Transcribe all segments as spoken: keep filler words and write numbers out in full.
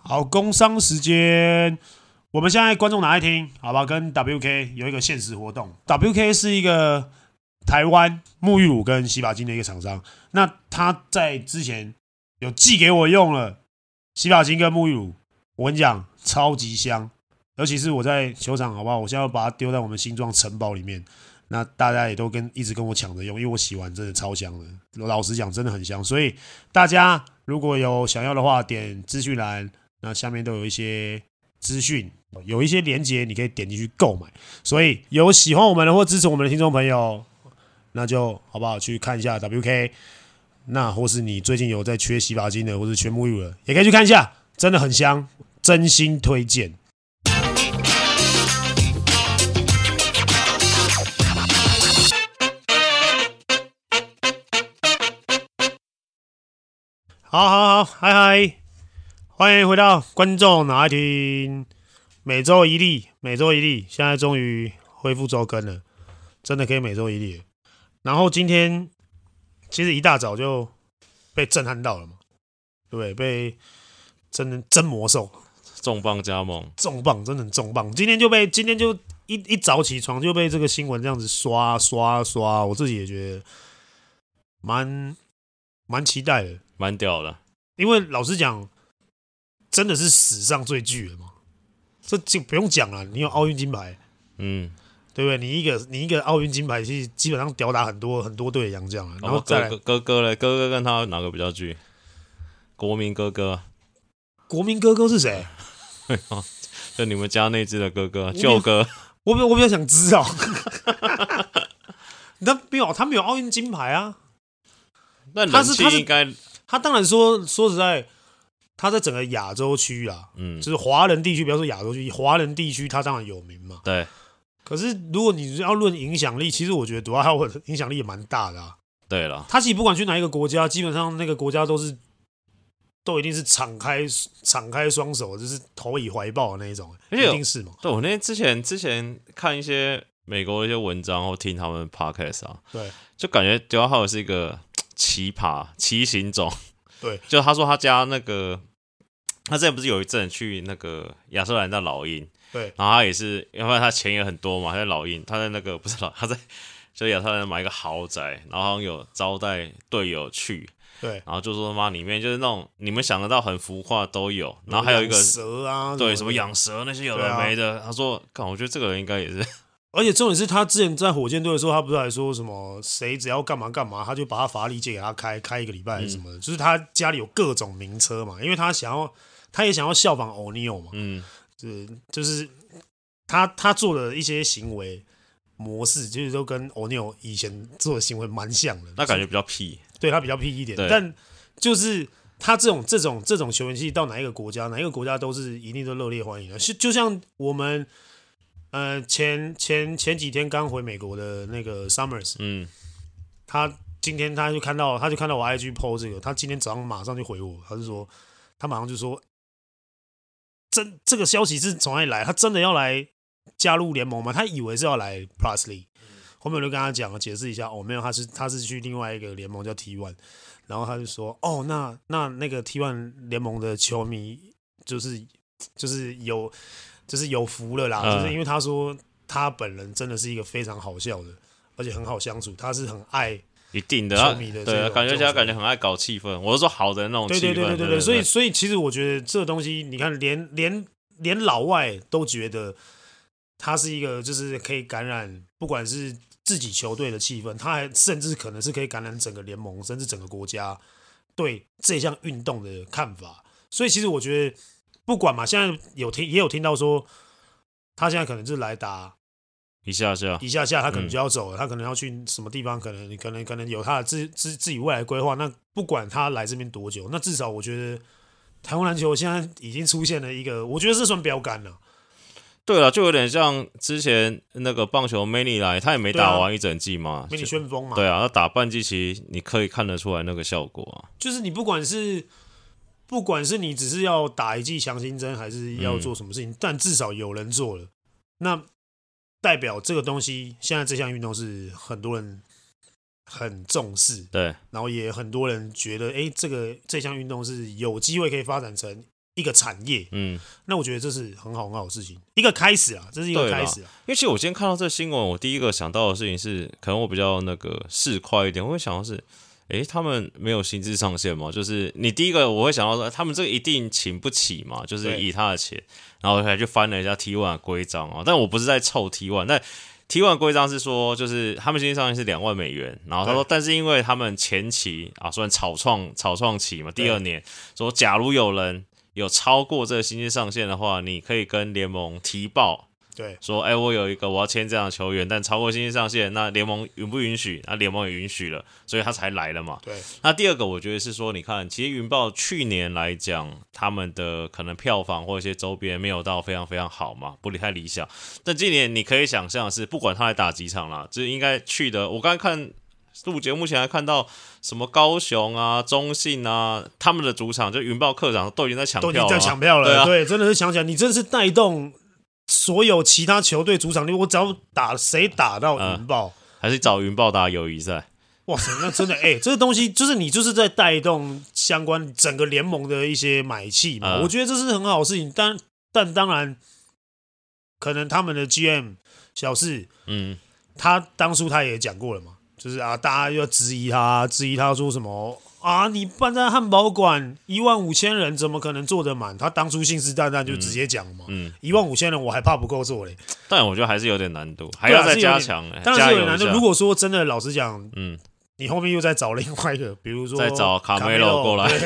好，工商时间，我们现在观众拿来听，好吧？跟 W K 有一个限时活动 ，W K 是一个台湾沐浴乳跟洗发精的一个厂商，那他在之前有寄给我用了洗发精跟沐浴乳，我跟你讲，超级香，尤其是我在球场，好不好？我现在要把它丢在我们新庄城堡里面。那大家也都跟一直跟我抢着用，因为我洗完真的超香的，老实讲真的很香，所以大家如果有想要的话，点资讯栏，那下面都有一些资讯，有一些连结，你可以点进去购买。所以有喜欢我们的或支持我们的听众朋友，那就好不好去看一下 W K， 那或是你最近有在缺洗发精的，或是缺沐浴乳的，也可以去看一下，真的很香，真心推荐。好好好，嗨嗨，欢迎回到观众哪爱听，每周一例，每周一例，现在终于恢复周更了，真的可以每周一例。然后今天其实一大早就被震撼到了嘛，对不对？被真真魔兽重磅加盟， 重磅，真的很重磅。今天就被今天就一一早起床就被这个新闻这样子刷刷刷，我自己也觉得蛮蛮期待的。 蛮屌的， 因为老实讲，真的是史上最巨的嘛，这就不用讲了。你有奥运金牌， 嗯， 对不对？你一个你一个奥运金牌，其实基本上吊打很多很多队的洋将了。然后再来哥哥哥嘞，哥哥跟他哪个比较巨？国民哥哥， 国民哥哥是谁？ 就你们家那只的哥哥，舅哥。 我比我比较想知道，他没有他没有奥运金牌啊。 那人气应该。 他当然说，说实在，他在整个亚洲区啊，嗯，就是华人地区，不要说亚洲区，华人地区他当然有名嘛。 对。 可是如果你要论影响力，其实我觉得杜哈维影响力也蛮大的啊。 对了， 他其实不管去哪一个国家，基本上那个国家都是都一定是敞开敞开双手，就是投以怀抱的那一种，一定是嘛。 对，我那天之前之前看一些美国的一些文章或听他们 podcast 啊， 对， 就感觉杜哈维是一个。奇葩奇形种， 对， 就他说他家那个，他之前不是有一阵去那个亚特兰大老鹰， 对， 然后他也是，因为他钱也很多嘛，他在老鹰，他在那个不是老，他在就亚特兰大买一个豪宅，然后好像有招待队友去， 对， 然后就说他妈里面就是那种你们想得到很浮夸都有，然后还有一个蛇啊， 对，什么养蛇那些有的没的，啊、他说，干，我觉得这个人应该也是。 而且重点是他之前在火箭队的时候，他不是还说什么谁只要干嘛干嘛，他就把他法拉利借给他开开一个礼拜还是什么的、嗯，就是他家里有各种名车嘛，因为他想要，他也想要效仿欧尼尔嘛，嗯，就是就是他他做的一些行为模式，就是都跟欧尼尔以前做的行为蛮像的， 那感觉比较屁， 对他比较屁一点，但就是他这种这种这种球员，其实到哪一个国家，哪一个国家都是一定都热烈欢迎的，就就像我们。呃，前前前几天刚回美国的那个 Summers， 嗯，他今天他就看到，他就看到我 I G po 这个，他今天早上马上就回我，他就说，他马上就说，真这个消息是从哪里来？他真的要来加入联盟吗？他以为是要来 Plus League， 后面我就跟他讲解释一下，哦，没有，他是他是去另外一个联盟叫 T 一， 然后他就说，哦，那那那个 T 一 联盟的球迷就是就是有。就是有福了啦、嗯，就是因为他说他本人真的是一个非常好笑的，而且很好相处，他是很爱一定的球迷的， 对，感觉他感觉很爱搞气氛。我是说好的那种气氛， 对对对对对对，所以所以其实我觉得这个东西，你看连连连老外都觉得他是一个就是可以感染，不管是自己球队的气氛，他还甚至可能是可以感染整个联盟，甚至整个国家对这项运动的看法。所以其实我觉得。不管嘛，现在有听也有听到说，他现在可能就是来打一下下一下下，他可能就要走了，嗯、他可能要去什么地方，可能可能可能有他的自自自己未来规划。那不管他来这边多久，那至少我觉得台湾篮球现在已经出现了一个，我觉得这算标杆了。 对了，就有点像之前那个棒球 Manny 来，他也没打完一整季嘛 ，Manny 旋风嘛。 对啊，他打半季其实你可以看得出来那个效果啊。 就是你不管是。不管是你只是要打一剂强心针，还是要做什么事情，嗯、但至少有人做了，那代表这个东西现在这项运动是很多人很重视， 对， 然后也很多人觉得，哎，这个这项运动是有机会可以发展成一个产业， 嗯， 那我觉得这是很好很好的事情，一个开始啊，这是一个开始啊。 因为其实我今天看到这个新闻，我第一个想到的事情是，可能我比较那个市侩一点，我会想到是，诶，他们没有薪资上限吗？就是你第一个我会想到说，他们这个一定请不起嘛，就是以他的钱，然后我还去翻了一下 T 一 的规章哦，但我不是在凑 T 一，但 T 一 规章是说，就是他们薪资上限是两万美元，然后他说，但是因为他们前期啊，算草创草创期嘛，第二年说，假如有人有超过这个薪资上限的话，你可以跟联盟提报。 对， 说哎、欸，我有一个我要签这样的球员，但超过薪资上限，那联盟允不允许？那联盟也允许了，所以他才来了嘛。 对。 那第二个，我觉得是说，你看，其实云豹去年来讲，他们的可能票房或一些周边没有到非常非常好嘛，不太理想。但今年你可以想象的是，不管他来打几场啦，就是应该去的。我刚才看录节目前还看到什么高雄啊、中信啊，他们的主场就云豹客场都已经在抢票了， 都已经在抢票了。 对啊， 对，真的是想起来，你真的是带动。所有其他球队主场，我只要打谁打到云豹、 嗯，还是找云豹打友谊赛。 哇塞，那真的哎、欸，这个东西就是你就是在带动相关整个联盟的一些买气嘛、嗯，我觉得这是很好的事情。但但当然，可能他们的 G M 小四，嗯，他当初他也讲过了嘛，就是啊，大家要质疑他，质疑他说什么。啊！你办在汉堡馆一万五千人，怎么可能坐得满？他当初信誓旦旦就直接讲嘛，嗯，一万五千人我还怕不够坐嘞。 但我觉得还是有点难度，还要再加强、欸。 当然是有点难度。如果说真的，老实讲， 嗯， 你后面又再找另外一个，比如说再找卡梅罗过来，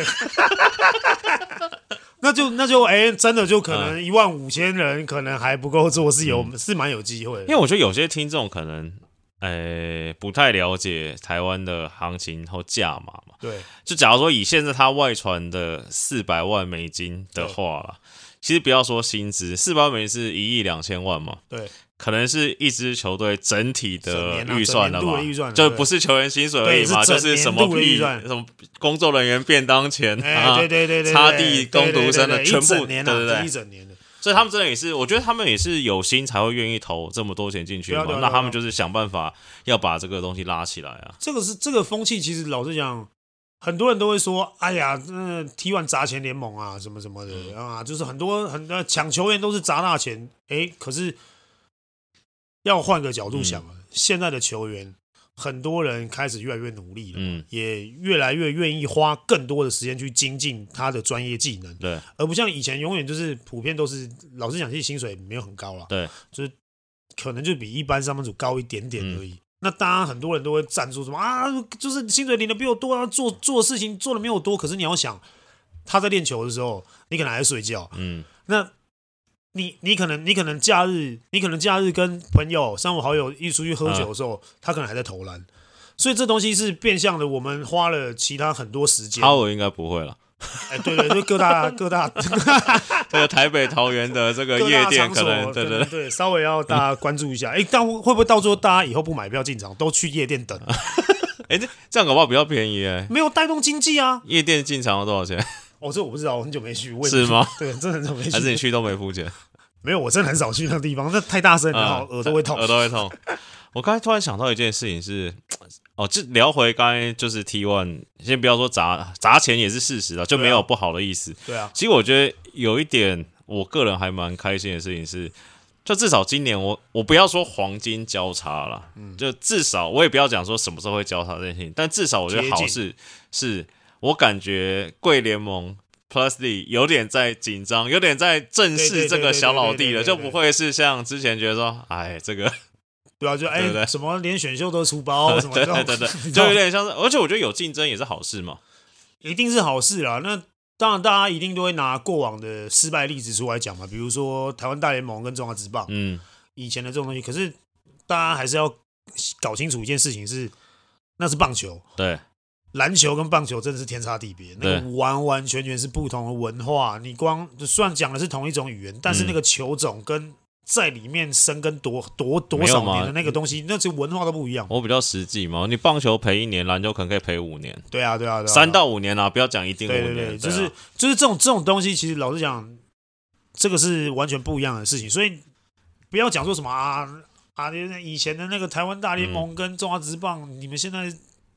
那就那就哎、欸，真的就可能一万五千人可能还不够坐，是有、嗯、是蛮有机会的。 因为我觉得有些听众可能。诶，不太了解台湾的行情或价码嘛？ 对， 就假如说以现在他外传的四百万美金的话啦，其实不要说薪资，四百万美金是一亿两千万嘛？ 对， 可能是一支球队整体的预算了嘛？ 啊、 就不是球员薪水而已嘛？就是什么屁什么工作人员便当钱啊， 对对对对， 擦地工读生的全部， 对对对， 一整年的。 所以他们真的也是，我觉得他们也是有心才会愿意投这么多钱进去嘛。那他们就是想办法要把这个东西拉起来啊。 这个是这个风气，其实老实讲，很多人都会说：“哎呀，嗯 ，T 一 砸钱联盟啊，什么什么的、嗯、啊，就是很多很多抢球员都是砸大钱。”哎，可是要换个角度想啊、嗯，现在的球员。很多人开始越来越努力了，嗯，也越来越愿意花更多的时间去精进他的专业技能， 对， 而不像以前永远就是普遍都是，老实讲，其实薪水没有很高啦， 对， 就是可能就比一般上班族高一点点而已。嗯、那当然很多人都会赞助什么啊，就是薪水领的比我多啊，做做的事情做的没有多，可是你要想他在练球的时候，你可能还在睡觉，嗯，那。你你可能你可能假日你可能假日跟朋友三五好友一起出去喝酒的时候、嗯，他可能还在投篮，所以这东西是变相的，我们花了其他很多时间。 哈我应该不会了， 哎、欸，对对，就各大各大这个台北桃园的这个夜店可能对对 对, 对，稍微要大家关注一下。哎、欸，但会不会到最后大家以后不买票进场，都去夜店等？ 哎、欸，这这样搞不好比较便宜哎、欸， 没有带动经济啊。 夜店进场要多少钱？ 哦，这我不知道，我很久没去。我是吗？ 对，真的很久没去。 还是你去都没付钱？ 没有，我真的很少去那个地方，那太大声，然后耳朵会痛， 耳朵会痛。我刚才突然想到一件事情是，哦，就聊回刚才就是 T 一， 先不要说砸砸钱也是事实了，就没有不好的意思。 对啊， 其实我觉得有一点，我个人还蛮开心的事情是，就至少今年我我不要说黄金交叉了，嗯，就至少我也不要讲说什么时候会交叉这件事情，但至少我觉得好事是，我感觉贵联盟。Plus 有点在紧张，有点在正视这个小老弟了，就不会是像之前觉得说，哎，这个对啊，就哎、欸、什么连选秀都出包什么的， 对对对，就有点像是，而且我觉得有竞争也是好事嘛， 一定是好事啦。那当然，大家一定都会拿过往的失败例子出来讲嘛，比如说台湾大联盟跟中华职棒，嗯，以前的这种东西。可是大家还是要搞清楚一件事情是，那是棒球， 对。 篮球跟棒球真的是天差地别，那个完完全全是不同的文化。你光虽然讲的是同一种语言，但是那个球种跟在里面生根多多多少年的那个东西，那这文化都不一样。 我比较实际嘛，你棒球赔一年，篮球可能可以赔五年。 对啊，对啊，对啊， 三到五年啊，不要讲一定五年。 对对对，就是就是这种这种东西，其实老实讲，这个是完全不一样的事情。所以不要讲说什么啊啊，以前的那个台湾大联盟跟中华职棒，嗯、你们现在。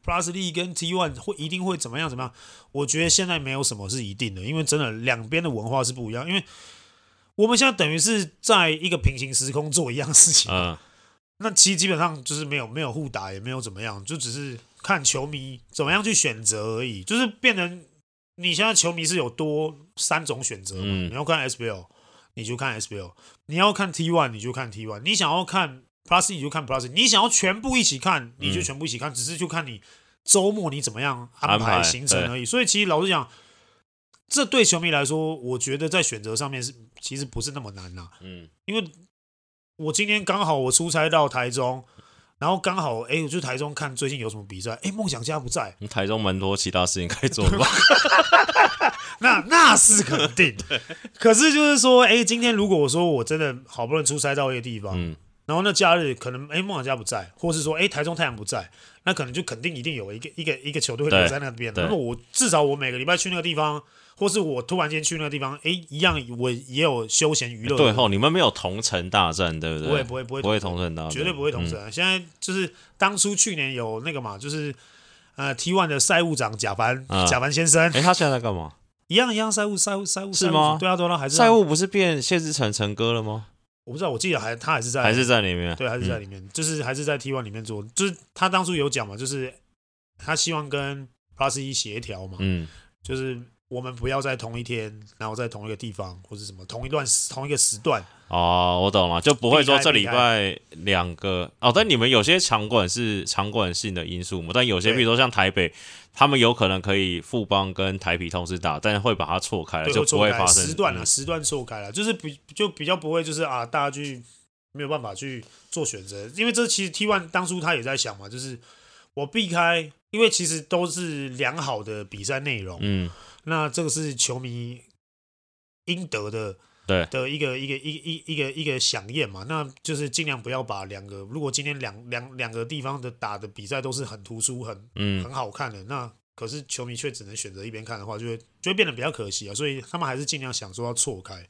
Plus Lee 跟 T 一 会一定会怎么样怎么样？我觉得现在没有什么是一定的，因为真的两边的文化是不一样。因为我们现在等于是在一个平行时空做一样事情， 嗯， 那其实基本上就是没有没有互打，也没有怎么样，就只是看球迷怎么样去选择而已。就是变成你现在球迷是有多三种选择嘛？ 嗯你要看 S B L， 你就看 S B L； 你要看 T 一， 你就看 T 一； 你想要看 Plus， 你就看 Plus； 你想要全部一起看，你就全部一起看，只是就看你周末你怎么样安排行程而已。所以其实老实讲，这对球迷来说，我觉得在选择上面是其实不是那么难啦。嗯，因为我今天刚好我出差到台中，然后刚好哎，我去台中看最近有什么比赛，哎，梦想家不在， 台中蛮多其他事情可以做的吧？ 那那是肯定。可是就是说，哎，今天如果我说我真的好不容易出差到一个地方，嗯，然后那假日可能哎梦想家不在，或是说哎台中太阳不在，那可能就肯定一定有一个一个一个球队会留在那边。那么我至少我每个礼拜去那个地方。或是我突然间去那个地方，哎，一样我也有休闲娱乐。 对吼，你们没有同城大战，对不对？ 不会不会不会不会同城大战， 绝对不会同城、嗯。现在就是当初去年有那个嘛，就是呃 T 一 的赛务长贾凡、啊、贾凡先生， 哎，他现在在干嘛？ 一样一样，赛务赛务赛务是吗？ 对啊对啊，还是赛务不是变谢志成成哥了吗？ 我不知道，我记得还他还是在还是在里面， 对，还是在里面，嗯、就是还是在 T 一 里面做，就是他当初有讲嘛，就是他希望跟 Plus 一协调嘛，嗯，就是。我们不要在同一天，然后在同一个地方，或是什么同一段同一个时段。 哦，我懂了，就不会说这礼拜两个哦。但你们有些场馆是场馆性的因素嘛？但有些比如说像台北，他们有可能可以富邦跟台啤同时打，但是会把它错开了，就不会发生时段啊，嗯、时段错开了，就是比就比较不会就是啊，大家去没有办法去做选择，因为这其实 T 一 当初他也在想嘛，就是我避开，因为其实都是良好的比赛内容，嗯。那这个是球迷应得的， 对的一个一个一一一个一个响应嘛，那就是尽量不要把两个，如果今天两两两个地方的打的比赛都是很突出、很、嗯、很好看的，那可是球迷却只能选择一边看的话，就会就会变得比较可惜啊。所以他们还是尽量想说要错开。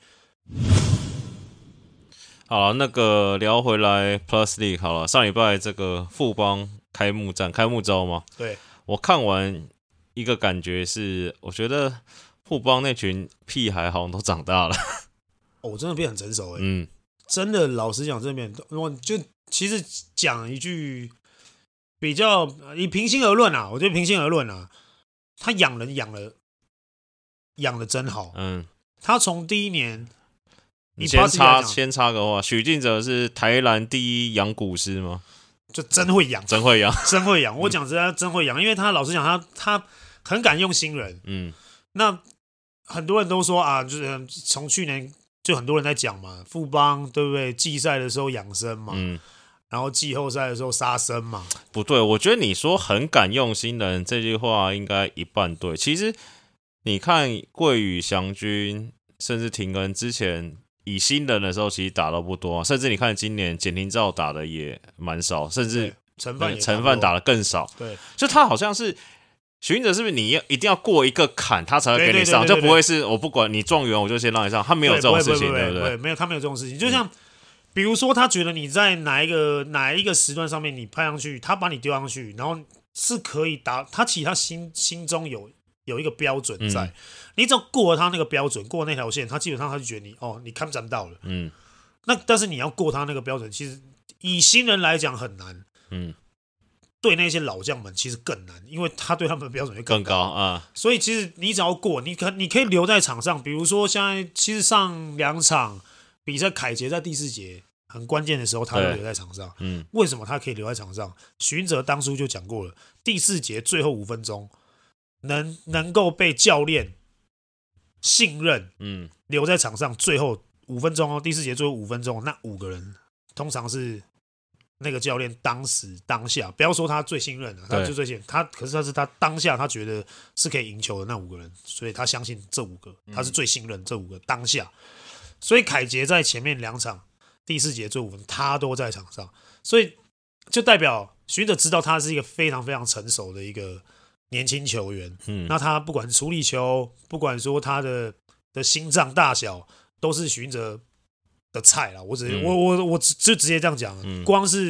好了，那个聊回来 Plus League 好了，上礼拜这个富邦开幕战、开幕周嘛， 对我看完。一个感觉是，我觉得富邦那群屁孩好像都长大了。 哦，我真的变很成熟哎、欸。嗯，真的，老实讲，这边我就其实讲一句比较以平心而论啊，我觉得平心而论啊，他养人养了养的真好。嗯，他从第一年， 你先插先插个话，许晋哲是台篮第一养蛊师吗？ 就真会养， 真会养， 真会养。我讲真的，真会养，因为他老实讲，他他。很敢用新人，嗯，那很多人都说啊，就是从去年就很多人在讲嘛，富邦对不对？季赛的时候养生嘛，嗯，然后季后赛的时候杀生嘛， 不对，我觉得你说很敢用新人这句话应该一半对。其实你看桂宇、翔君，甚至廷恩之前以新人的时候，其实打都不多、啊，甚至你看今年简廷照打的也蛮少，甚至陈范陈范打的更少， 对， 就他好像是。许晋哲是不是你一定要过一个坎，他才会给你上，就不会是我不管你状元我就先让你上，他没有这种事情，对不对？ 没有，他没有这种事情。就像、嗯、比如说，他觉得你在哪一个哪一个时段上面你派上去，他把你丢上去，然后是可以达，他其实他心心中有有一个标准在，嗯、你只要过了他那个标准，过了那条线，他基本上他就觉得你哦，你看站到了，嗯。那但是你要过他那个标准，其实以新人来讲很难，嗯。对那些老将们其实更难，因为他对他们的标准就更高啊。所以其实你只要过，你可你可以留在场上。比如说现在其实上两场比赛，凯杰在第四节很关键的时候，他会留在场上。嗯，为什么他可以留在场上？许晋哲当初就讲过了，第四节最后五分钟能能够被教练信任，嗯，留在场上最后五分钟哦，第四节最后五分钟，那五个人通常是。那个教练当时当下，不要说他最信任了，他就最信他，可是他是他当下他觉得是可以赢球的那五个人，所以他相信这五个，他是最信任这五个当下。所以凯杰在前面两场第四节最五分，他都在场上，所以就代表许晋哲知道他是一个非常非常成熟的一个年轻球员。嗯，那他不管处理球，不管说他的的心脏大小，都是许晋哲的菜啦，我只、嗯、我我我就直接这样讲、嗯，光是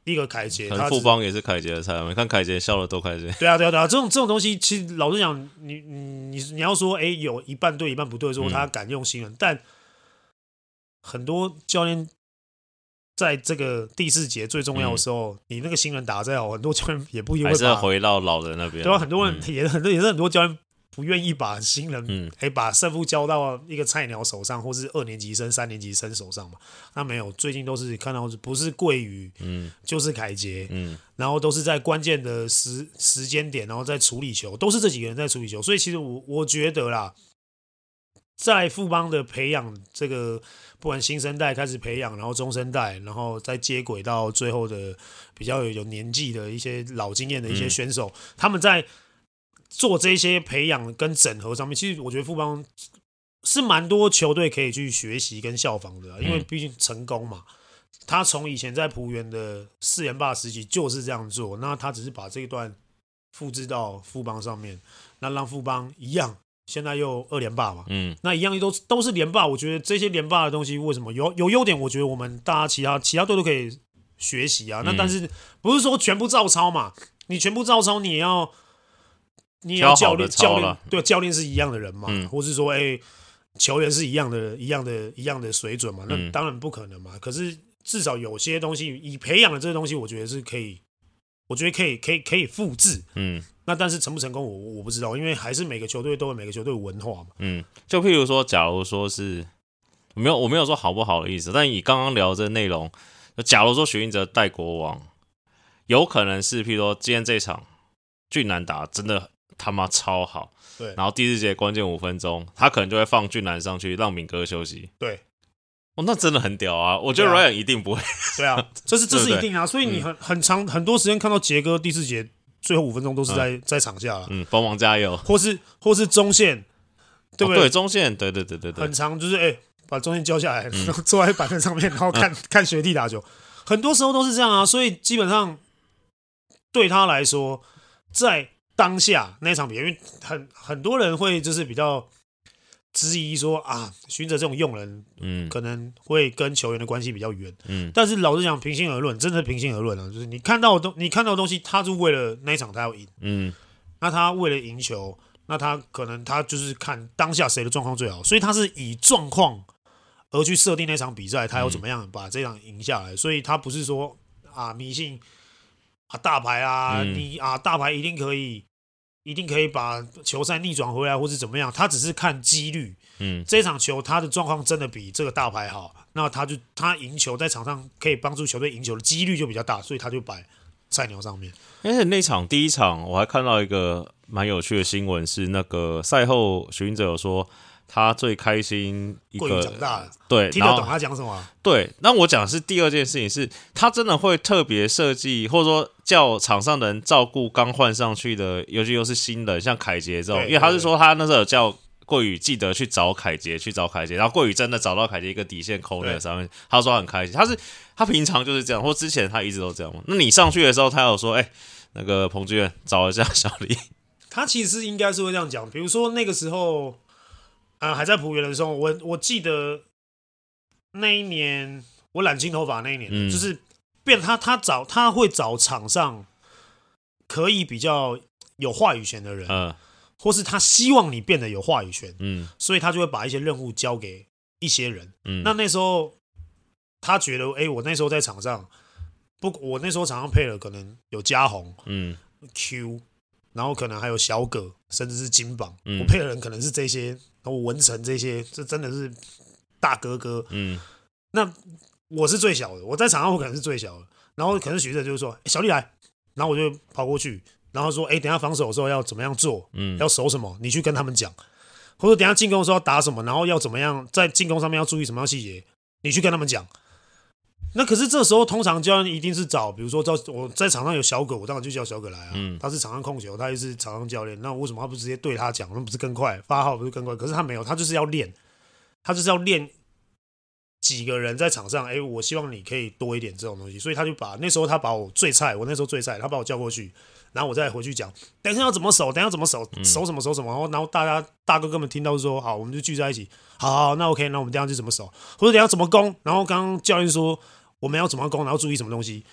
一个凯杰， 可能富邦也是凯杰的菜，你看凯杰笑得多开心。 对啊，对啊，对啊，这种这种东西，其实老实讲，你你你要说，哎、欸，有一半对一半不对，说他敢用新人，嗯、但很多教练在这个第四节最重要的时候，嗯、你那个新人打再好，很多教练也不一定会把还是回到老人那边。 对啊，很多人、嗯、也很多也是很多教练不愿意把新人，嗯，哎、欸，把胜负交到一个菜鸟手上，或是二年级生、三年级生手上嘛。那没有，最近都是看到不是桂宇，嗯，就是凯杰，嗯，然后都是在关键的时时间点，然后在处理球，都是这几个人在处理球。所以其实我我觉得啦，在富邦的培养，这个不管新生代开始培养，然后中生代，然后再接轨到最后的比较有有年纪的一些老经验的一些选手，嗯、他们在做这些培养跟整合上面，其实我觉得富邦是蛮多球队可以去学习跟效仿的、啊，因为毕竟成功嘛。他从以前在璞园的四连霸时期就是这样做，那他只是把这一段复制到富邦上面，那让富邦一样，现在又二连霸嘛，嗯，那一样都都是连霸。我觉得这些连霸的东西为什么有有优点？我觉得我们大家其他其他队都可以学习啊。那但是不是说全部照抄嘛？你全部照抄，你也要。你也要教练，教练对教练是一样的人嘛，嗯、或是说，哎、欸，球员是一样的、一样的、一样的水准嘛？那当然不可能嘛。可是至少有些东西，以培养的这些东西，我觉得是可以，我觉得可以、可以、可以复制。嗯，那但是成不成功我，我我不知道，因为还是每个球队都有每个球队的文化嘛。 嗯，就譬如说，假如说是没有，我没有说好不好的意思，但以刚刚聊的这内容，假如说许晋哲带国王，有可能是譬如说今天这场俊男打真的。他妈超好， 对。 然后第四节关键五分钟，他可能就会放俊男上去，让敏哥休息。 对， 哦，那真的很屌啊！我觉得 Ryan 一定不会。 对啊，这是这是一定啊。所以你很、嗯、很长很多时间看到杰哥第四节最后五分钟都是在、嗯、在场下了。 嗯，帮忙加油， 或是或是中线，对不对？ 哦、对，中线，对对对对对， 很长就是哎、欸，把中线交下来，然后坐在板凳上面，然后看、嗯、看学弟打球，很多时候都是这样啊。所以基本上对他来说，在当下那场比赛，因为很很多人会就是比较质疑说啊，许晋哲这种用人，嗯，可能会跟球员的关系比较远，嗯，但是老实讲，平心而论，真的平心而论啊，就是你看到的东，你看到的东西，他是为了那一场他要赢，嗯，那他为了赢球，那他可能他就是看当下谁的状况最好，所以他是以状况而去设定那场比赛，他要怎么样把这场赢下来，所以他不是说啊迷信。啊，大牌啊，嗯、你啊，大牌一定可以，一定可以把球赛逆转回来，或是怎么样？他只是看几率。嗯，这场球他的状况真的比这个大牌好，那他就他赢球在场上可以帮助球队赢球的几率就比较大，所以他就摆菜鸟上面。 而且那场第一场我还看到一个蛮有趣的新闻，是那个赛后许晋哲有说。他最开心一个， 长大了， 对， 听得懂他讲什么、啊？ 对，那我讲的是第二件事情是，他真的会特别设计，或者说叫场上的人照顾刚换上去的，尤其又是新人，像凯杰这种，因为他是说他那时候有叫桂宇记得去找凯杰，去找凯杰，然后桂宇真的找到凯杰一个底线扣那上面，他说他很开心，他是他平常就是这样，或之前他一直都这样嘛。那你上去的时候，他有说，哎、欸，那个彭俊找一下小李， 他其实应该是会这样讲，比如说那个时候。啊、呃，还在璞园的时候，我我记得那一年我染金头发那一年，嗯、就是变他他找他会找场上可以比较有话语权的人，嗯、或是他希望你变得有话语权，嗯，所以他就会把一些任务交给一些人。嗯，那那时候他觉得，哎、欸，我那时候在场上，不，我那时候场上配了可能有嘉宏，嗯 ，Q， 然后可能还有小葛，甚至是金榜，嗯、我配的人可能是这些。然后文成这些，这真的是大哥哥。嗯，那我是最小的，我在场上我可能是最小的。然后可能许晋哲就是说、欸：“小丽来。”然后我就跑过去，然后说：“哎、欸，等一下防守的时候要怎么样做？嗯，要守什么？你去跟他们讲。或者等一下进攻的时候要打什么，然后要怎么样在进攻上面要注意什么样细节，你去跟他们讲。”那可是这时候通常教练一定是找，比如说我在场上有小葛，我当然就叫小葛来啊。嗯、他是场上控球，他也是场上教练，那为什么他不直接对他讲？那不是更快？发号不是更快？可是他没有，他就是要练，他就是要练几个人在场上。哎、欸，我希望你可以多一点这种东西，所以他就把那时候他把我最菜，我那时候最菜，他把我叫过去，然后我再回去讲，等一下要怎么守，等一下怎么守，守什么守什么，然后然后大家大哥哥们听到说好，我们就聚在一起，好好，那 OK， 那我们等一下就怎么守，或者等一下怎么攻，然后刚刚教练说。我们要怎么攻，然后注意什么东西，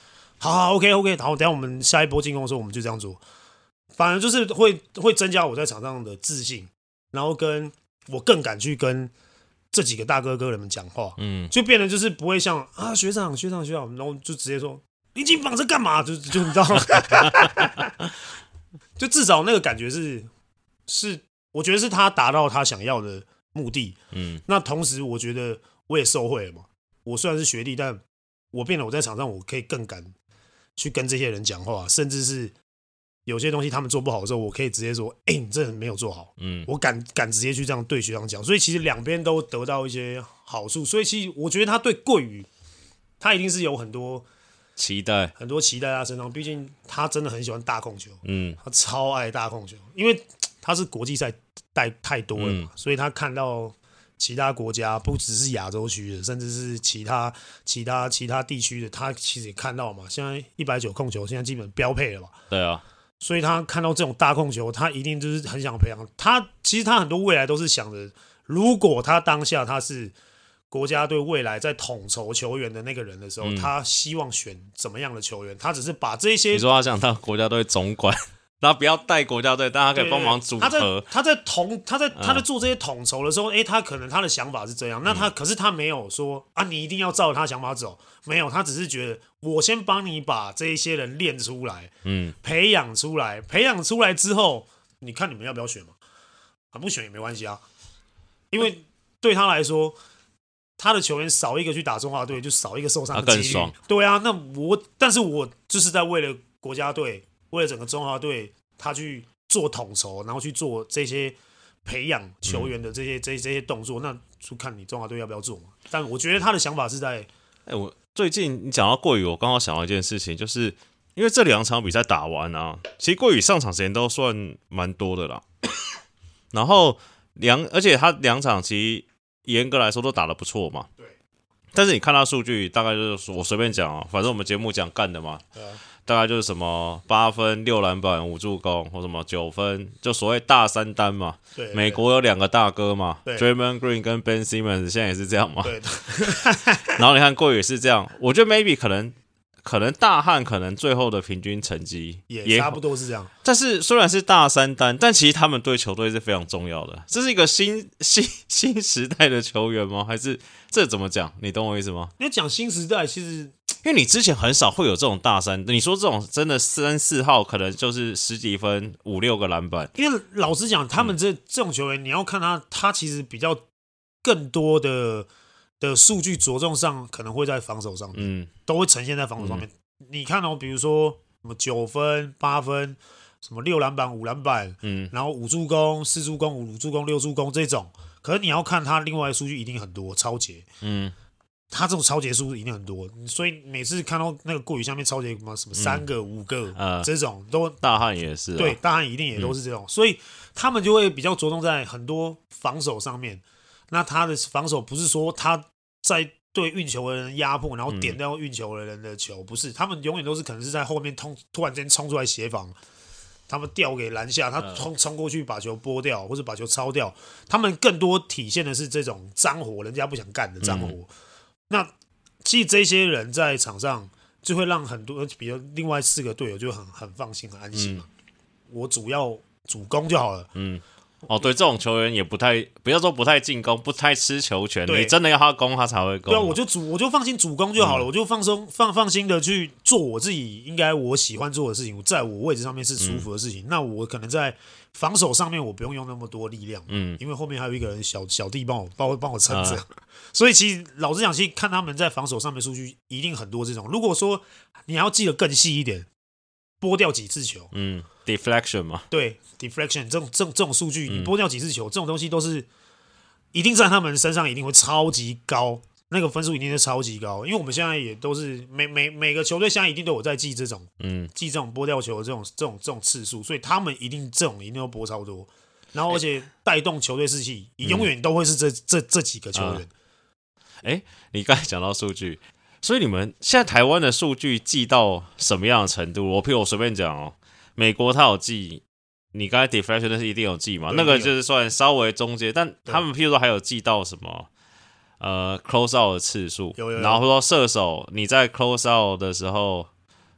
好好 OK OK， 好，等一下我们下一波进攻的时候我们就这样做，反而就是会会增加我在场上的自信，然后跟我更敢去跟这几个大哥哥们讲话，嗯，就变得就是不会像啊学长学长学长，然后就直接说你紧绑着干嘛？就就你知道吗？就至少那个感觉是是，我觉得是他达到他想要的目的。嗯，那同时我觉得我也受惠了嘛。我虽然是学弟，但我变得我在场上我可以更敢去跟这些人讲话，甚至是有些东西他们做不好的时候，我可以直接说：“哎、欸，你这人没有做好。”嗯，我敢敢直接去这样对学长讲，所以其实两边都得到一些好处。所以其实我觉得他对桂宇，他一定是有很多。 期待很多期待在他身上，毕竟他真的很喜欢大控球，嗯，他超爱大控球，因为他是国际赛带太多了嘛，嗯，所以他看到其他国家不只是亚洲区的，甚至是其他其他其他地区的，他其实也看到嘛。现在一百九控球现在基本标配了嘛， 对啊， 所以他看到这种大控球，他一定就是很想培养他。其实他很多未来都是想着，如果他当下他是。国家队未来在统筹球员的那个人的时候，嗯，他希望选怎么样的球员？他只是把这些， 你说他想当国家队总管，他不要带国家队，但他可以帮忙组合。 他在他在统他在他在做这些统筹的时候，哎，嗯，他可能他的想法是这样，那他，嗯，可是他没有说啊，你一定要照着他想法走，没有，他只是觉得我先帮你把这一些人练出来，嗯，培养出来，培养出来之后，你看你们要不要选嘛？啊，不选也没关系啊，因为对他来说。他的球员少一个去打中华队，就少一个受伤的几率。对啊，那我，但是我就是在为了国家队，为了整个中华队，他去做统筹，然后去做这些培养球员的这些、嗯、这这些动作，那就看你中华队要不要做嘛。但我觉得他的想法是在， 哎、欸，我最近你讲到桂宇，我刚好想到一件事情，就是因为这两场比赛打完啊，其实桂宇上场时间都算蛮多的啦。然后两，而且他两场其实。严格来说都打得不错嘛， 对。 但是你看他数据，大概就是我随便讲啊，反正我们节目讲干的嘛，对啊，大概就是什么八分、六篮板、五助攻，或什么九分，就所谓大三单嘛。 对，对， 美国有两个大哥嘛 ，Draymond Green 跟 Ben Simmons 现在也是这样嘛。 对。 然后你看桂宇是这样，我觉得 maybe 可能。可能大汉可能最后的平均成绩也, 也差不多是这样， 但是虽然是大三单，但其实他们对球队是非常重要的。这是一个新新新时代的球员吗？还是这怎么讲？你懂我意思吗？ 你讲新时代，其实因为你之前很少会有这种大三，你说这种真的三四号可能就是十几分、五六个篮板。 因为老实讲，他们这、嗯、这种球员，你要看他，他其实比较更多的。的数据着重上可能会在防守上面，嗯，都会呈现在防守上面。嗯、你看哦，比如说什么九分、八分，什么六篮板、五篮板，嗯，然后五助攻、四助攻、五助攻、六助攻这种，可是你要看他另外的数据一定很多，超节，嗯，他这种超节数一定很多，所以每次看到那个过于下面超节什么什么三个、嗯、五个、呃、这种都大汉也是、啊， 对，大汉一定也都是这种，嗯、所以他们就会比较着重在很多防守上面。那他的防守不是说他在对运球的人压迫，然后点掉运球的人的球，嗯、不是，他们永远都是可能是在后面突突然间冲出来协防，他们调给篮下，他冲冲过去把球拨掉，或者把球抄掉，他们更多体现的是这种脏活，人家不想干的脏活。嗯、那其实这些人在场上就会让很多，比如另外四个队友就很很放心、很安心嘛。嗯、我主要主攻就好了。嗯。 哦，对，这种球员也不太，不要说不太进攻，不太吃球权，你真的要他攻，他才会攻。 对啊，我就主，我就放心主攻就好了，嗯、我就放松放放心的去做我自己应该我喜欢做的事情，在我位置上面是舒服的事情。嗯、那我可能在防守上面我不用用那么多力量，嗯，因为后面还有一个人小小弟帮我帮我帮我撑着，啊、所以其实老实讲，其实看他们在防守上面数据一定很多这种。如果说你还要记得更细一点，拨掉几次球， 嗯 ，deflection 嘛， 对 ，deflection 这种这种这种数据，你拨掉几次球，嗯、这种东西都是一定在他们身上一定会超级高，那个分数一定是超级高，因为我们现在也都是每每每个球队现在一定都有在记这种，嗯，记这种拨掉球的这种这种这种次数，所以他们一定这种一定要拨超多，然后而且带动球队士气，欸、永远都会是这这这几个球员。 哎、欸，你刚才讲到数据。所以你们现在台湾的数据记到什么样的程度？我譬如我随便讲哦，美国他有记，你刚才 deflection 那是一定有记嘛？那个就是算稍微中间，但他们譬如说还有记到什么呃 close out 的次数， 有有有， 然后说射手你在 close out 的时候，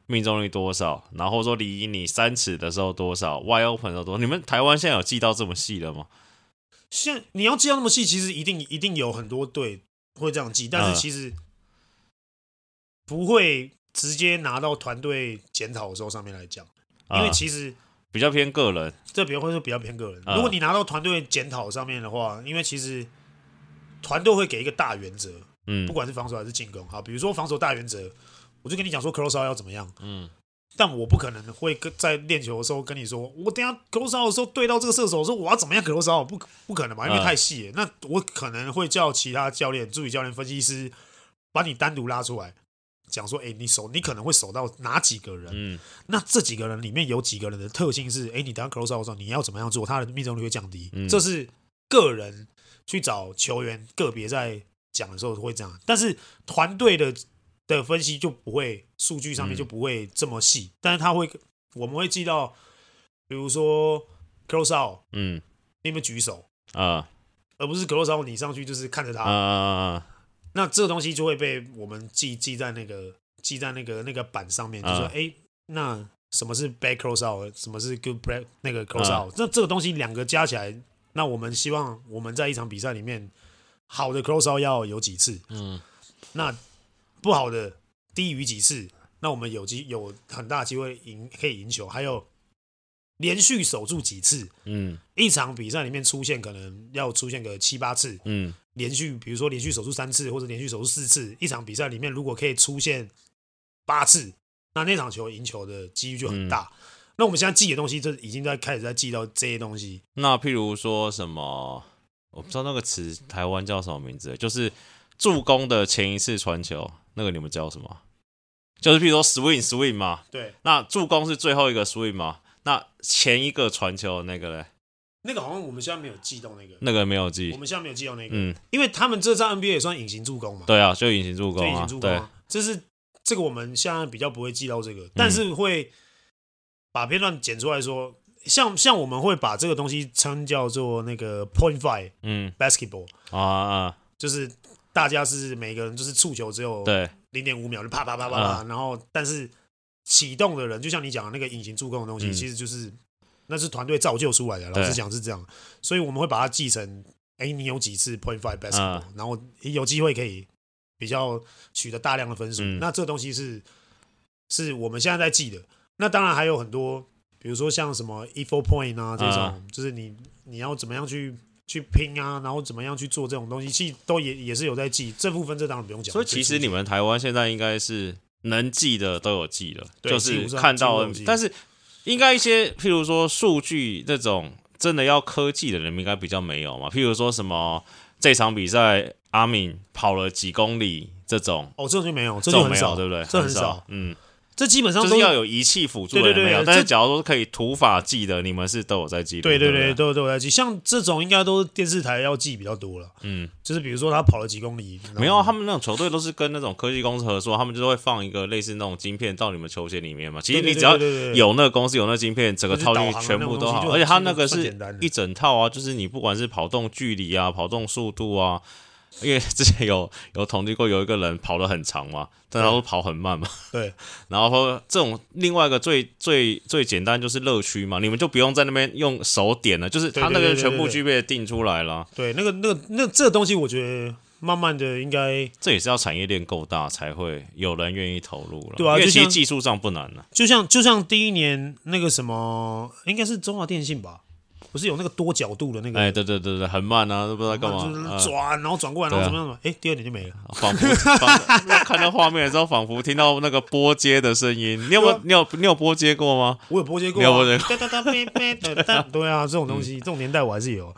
命中率多少，然后说离你三尺的时候多少 ，wide open 的时候多少，你们台湾现在有记到这么细了吗？ 现你要记到那么细，其实一定一定有很多队会这样记，但是其实不会直接拿到团队检讨的时候上面来讲，因为其实。 比较偏个人， 这比较会是比较偏个人。 嗯、 如果你拿到团队检讨上面的话，因为其实团队会给一个大原则，嗯，不管是防守还是进攻，好，比如说防守大原则，我就跟你讲说 close out 要怎么样，嗯，但我不可能会跟在练球的时候跟你说，我等一下 close out 的时候对到这个射手，我说我要怎么样 close out， 不不可能嘛，因为太细了。嗯、那我可能会叫其他教练、助理教练、分析师把你单独拉出来。讲说，哎、欸，你守你可能会守到哪几个人？嗯，那这几个人里面有几个人的特性是，哎、欸，你等下 close out 的时候你要怎么样做，他的命中率会降低。嗯、这是个人去找球员个别在讲的时候会这样，但是团队的的分析就不会，数据上面就不会这么细，嗯、但是他会，我们会记到，比如说 close out， 嗯，你有没有举手啊？而不是 close out 你上去就是看着他啊。那这个东西就会被我们记记在那个记在那个那个板上面，就说哎、uh. 欸，那什么是 bad close out， 什么是 good break 那个 close out， 那、uh. 这个东西两个加起来，那我们希望我们在一场比赛里面，好的 close out 要有几次，嗯，那不好的低于几次，那我们有机有很大机会赢可以赢球，还有连续守住几次，嗯，一场比赛里面出现可能要出现个七八次，嗯。连续，比如说连续守住三次，或者连续守住四次，一场比赛里面如果可以出现八次，那那场球赢球的几率就很大。嗯、那我们现在记的东西，就已经在开始在记到这些东西。 那譬如说什么，我不知道那个词台湾叫什么名字，就是助攻的前一次传球，那个你们叫什么？就是譬如说 swing swing 嘛， 对。 那助攻是最后一个 swing 嘛？那前一个传球那个嘞？ 那个好像我们现在没有记到那个， 那个没有记， 我们现在没有记到那个，嗯，因为他们这在 N B A 也算隐形助攻嘛， 对啊，就隐形助攻啊， 隐形助攻啊，这是这个我们现在比较不会记到这个，但是会把片段剪出来说，像像我们会把这个东西称叫做那个 point five， 嗯 ，basketball 啊啊，就是大家是每个人就是触球只有对零点五秒就啪啪啪啪啪，然后但是启动的人就像你讲的那个隐形助攻的东西，其实就是。那是团队造就出来的，老实讲是这样，所以我们会把它记成，哎、欸，你有几次 point five basketball，、嗯、然后有机会可以比较取得大量的分数。嗯、那这东西是是我们现在在记的。那当然还有很多，比如说像什么 e four point 啊这种，嗯、就是你你要怎么样去去拼啊，然后怎么样去做这种东西，其实都也也是有在记。这部分这当然不用讲。 所以其实你们台湾现在应该是能记的都有记了，就是看到，但是。应该一些，譬如说数据这种真的要科技的人，应该比较没有嘛。譬如说什么这场比赛阿敏跑了几公里这种， 哦，这种就没有，这就很少， 对不对？ 这很少， 嗯， 这基本上就是要有仪器辅助的，对对对，没有。但是假如说可以土法记的，你们是都有在记录， 对对对， 都有都有在记。像这种应该都是电视台要记比较多了，嗯，就是比如说他跑了几公里， 没有，他们那种球队都是跟那种科技公司合作，他们就是会放一个类似那种晶片到你们球鞋里面嘛。其实你只要有那个公司有那个晶片，整个套进去全部都好，而且它那个是一整套啊，就是你不管是跑动距离啊、跑动速度啊。因为之前有有统计过，有一个人跑得很长嘛，但他说跑很慢嘛。 对。 然后说这种另外一个最最最简单就是乐趣嘛，你们就不用在那边用手点了，就是他那个全部具备定出来了。 对，那个那个那这个东西，我觉得慢慢的应该这也是要产业链够大才会有人愿意投入了。 对啊， 因为其实技术上不难了。 就像就像第一年那个什么，应该是中华电信吧。不是有那个多角度的那个？ 哎，对对对对，很慢啊，都不知道干嘛， 就是转，然后转过来，然后怎么样？哎、啊，第二年就没了， 仿佛看到画面的时候，仿佛听到那个拨接的声音。你有没有？你有你有拨接过吗？ 我有拨接过、啊， 你有拨接过？ 对啊，这种东西，这种年代我还是有。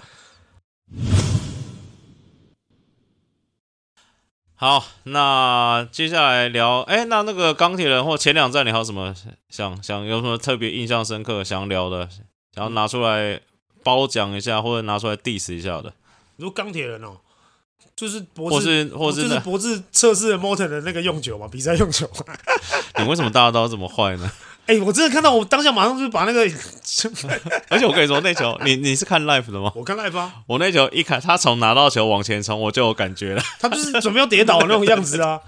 好，那接下来聊，哎，那那个钢铁人或前两站，你还有什么想想有什么特别印象深刻想聊的？然后拿出来褒奖一下，或者拿出来 diss 一下的。 你说钢铁人哦，就是博或是或是就是博智测试了 Morton 的那个用球嘛，比赛用球。 你为什么大家都要这么坏呢？ 哎、欸，我真的看到，我当下马上就把那个， 而且我跟你说，那球你你是看 live 的吗？ 我看 live 啊。 我那球一看，他从拿到球往前冲，我就有感觉了， 他就是准备要跌倒的那种样子啊。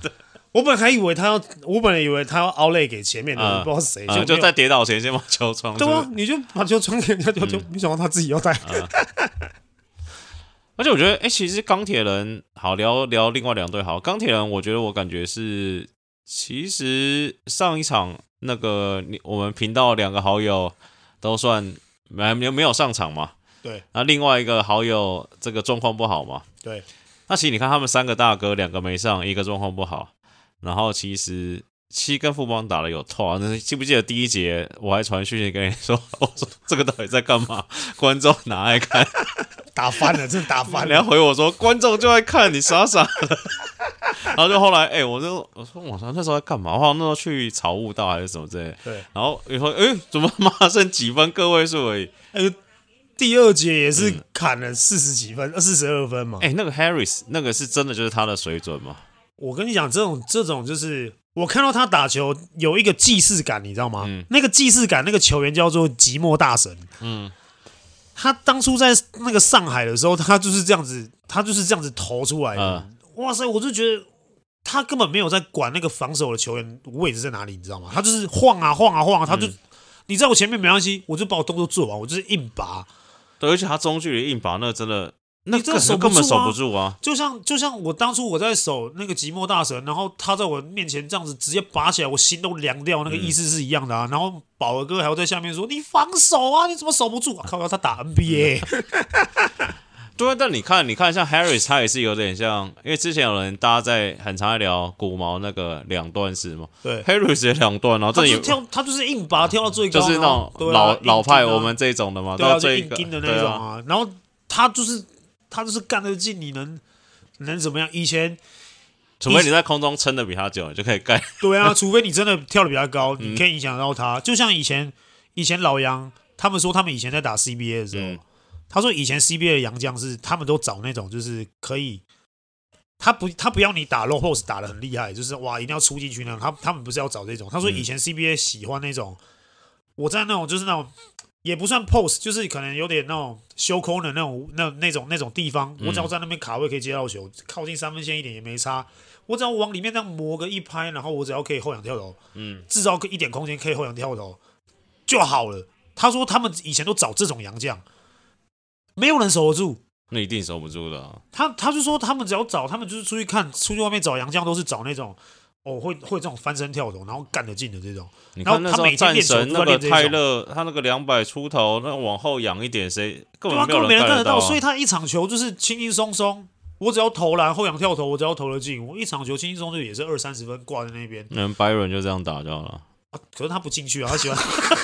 我本来还以为他要，我本来以为他要凹类给前面的人， 呃、 不知道是谁， 呃、就在跌倒前先把球传。 对啊，你就把球传给人家，就就没想到他自己要带。 呃、而且我觉得，哎、欸，其实钢铁人好聊聊另外两队好，钢铁人我觉得我感觉是，其实上一场那个我们频道两个好友都算没没有上场嘛。 对， 那另外一个好友这个状况不好嘛？ 对， 那其实你看他们三个大哥，两个没上，一个状况不好，然后其实七跟富邦打的有透啊。那记不记得第一节我还传讯息跟你说，我说这个到底在干嘛？观众哪爱看？ 打翻了，真的打翻了。 你要回我说观众就爱看，你傻傻的。然后就后来，哎、欸，我就我说我说那时候在干嘛？我好像那时候去草悟道还是什么之类的。 对。 然后你说，哎、欸，怎么妈剩几分个位数而已？ 哎、欸。第二节也是砍了四十几分，四十二分嘛。 哎、欸，那个 Harris 那个是真的就是他的水准吗？ 我跟你讲，这种这种就是我看到他打球有一个既视感，你知道吗？嗯、那个既视感，那个球员叫做寂寞大神。嗯，他当初在那个上海的时候，他就是这样子，他就是这样子投出来的。嗯、哇塞，我就觉得他根本没有在管那个防守的球员位置在哪里，你知道吗？他就是晃啊晃啊晃啊，他就、嗯、你在我前面没关系，我就把我动作做完，我就是硬拔。 对，而且他中距离硬拔，那真的，那真的守不住啊， 根本守不住啊！ 就像就像我当初我在守那个寂寞大神，然后他在我面前这样子直接拔起来，我心都凉掉，那个意思是一样的啊。嗯、然后宝儿哥还要在下面说：“你防守啊，你怎么守不住？”啊、靠，他打 N B A。 对啊，但你看，你看，像 Harris 他也是有点像，因为之前有人大家在很常在聊古毛那个两段式嘛， 对 ，Harris 也两段，然后这也跳，他就是硬拔跳到最高， 就是那种老、啊、老派我们这种的嘛， 对啊， 到最硬筋的那种啊。然后他就是他就是干得进，你能能怎么样？以前除非你在空中撑得比他久，你就可以盖。 对啊，除非你真的跳得比他高，你可以影响到他。嗯、就像以前以前老杨他们说，他们以前在打 C B A 的时候。嗯，他说：“以前 C B A 的洋将是他们都找那种就是可以，他不他不要你打 low post 打得很厉害，就是哇一定要出进去那种。他他们不是要找这种。他说以前 C B A 喜欢那种，我在那种就是那种也不算 post， 就是可能有点那种修空的那种那那种那种地方，我只要在那边卡位可以接到球，靠近三分线一点也没差。我只要往里面这样磨个一拍，然后我只要可以后仰跳投，嗯，制造一点空间可以后仰跳投就好了。他说他们以前都找这种洋将。”没有人守得住， 那一定守不住的、啊。 他他就说，他们只要找，他们就是出去看，出去外面找洋将，都是找那种哦会会这种翻身跳投，然后干得进的这种。 你看那时候战神那个泰勒，他那个两百出头，那往后仰一点，谁根本没有人干得到、啊。 所以他一场球就是轻轻松松，我只要投篮后仰跳投，我只要投得进，我一场球轻轻松松也是二三十分挂在那边。 那白人就这样打就好了。 啊、可是他不进去啊，他喜欢。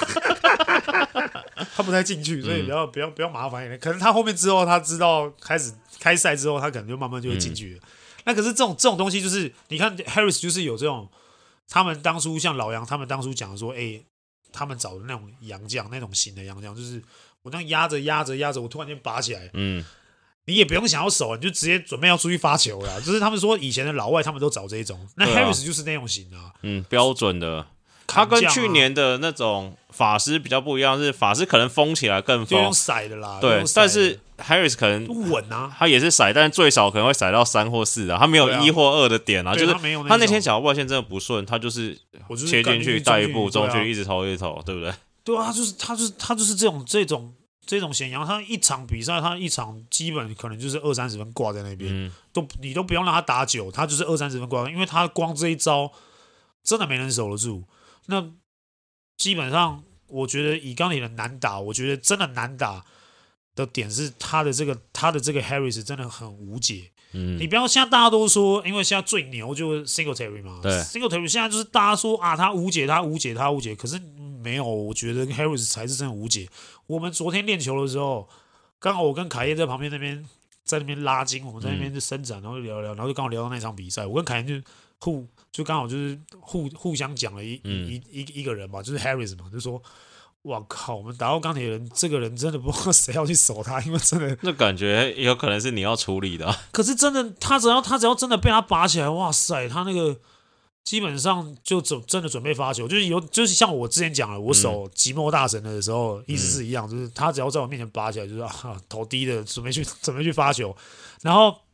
他不太进去，所以不要、嗯、不要不要麻烦一点。可能他后面之后，他知道开始开赛之后，他可能就慢慢就会进去了。嗯、那可是这种这种东西，就是你看 Harris 就是有这种，他们当初像老杨，他们当初讲说，哎、欸，他们找的那种洋将，那种型的洋将，就是我那样压着压着压着，我突然间拔起来，嗯，你也不用想要守，你就直接准备要出去发球了。就是他们说以前的老外，他们都找这一种，那 Harris 就是那种型啊， 嗯，标准的。他跟去年的那种法师比较不一样，是法师可能封起来更疯， 就用甩的啦。 对，但是 Harris 可能稳啊， 他也是甩，但是最少可能会甩到三或四啊，他没有一或二的点啊，就是他, 那他那天脚外线真的不顺，他就是切进去带一步中距一直投一直投，对不对？ 对啊，他就是他就是他就是这种这种这种显阳，他一场比赛他一场基本可能就是二三十分挂在那边，嗯、都你都不用让他打久，他就是二三十分挂，因为他光这一招真的没人守得住。那基本上，我觉得以钢铁人难打，我觉得真的难打的点是他的这个他的这个 Harris 真的很无解。嗯，你不要现在大家都说，因为现在最牛就是 Singletary 嘛，对 ，Singletary 现在就是大家说啊，他无解，他无解，他无解。可是没有，我觉得 Harris 才是真的无解。我们昨天练球的时候，刚好我跟凯燕在旁边那边在那边拉筋，我们在那边就伸展，然后就聊聊，然后就刚好聊到那场比赛，我跟凯燕就互。就刚好就是互互相讲了一、嗯、一一一个人嘛，就是 Harris 嘛，就说，哇靠，我们打到钢铁人，这个人真的不知道谁要去守他，因为真的那感觉有可能是你要处理的、啊。 可是真的，他只要他只要真的被他拔起来，哇塞，他那个基本上就准真的准备发球，就是有就是像我之前讲了，我守寂寞大神的时候，嗯、意思是一样，就是他只要在我面前拔起来，就是啊头低的准备去准备去发球，然后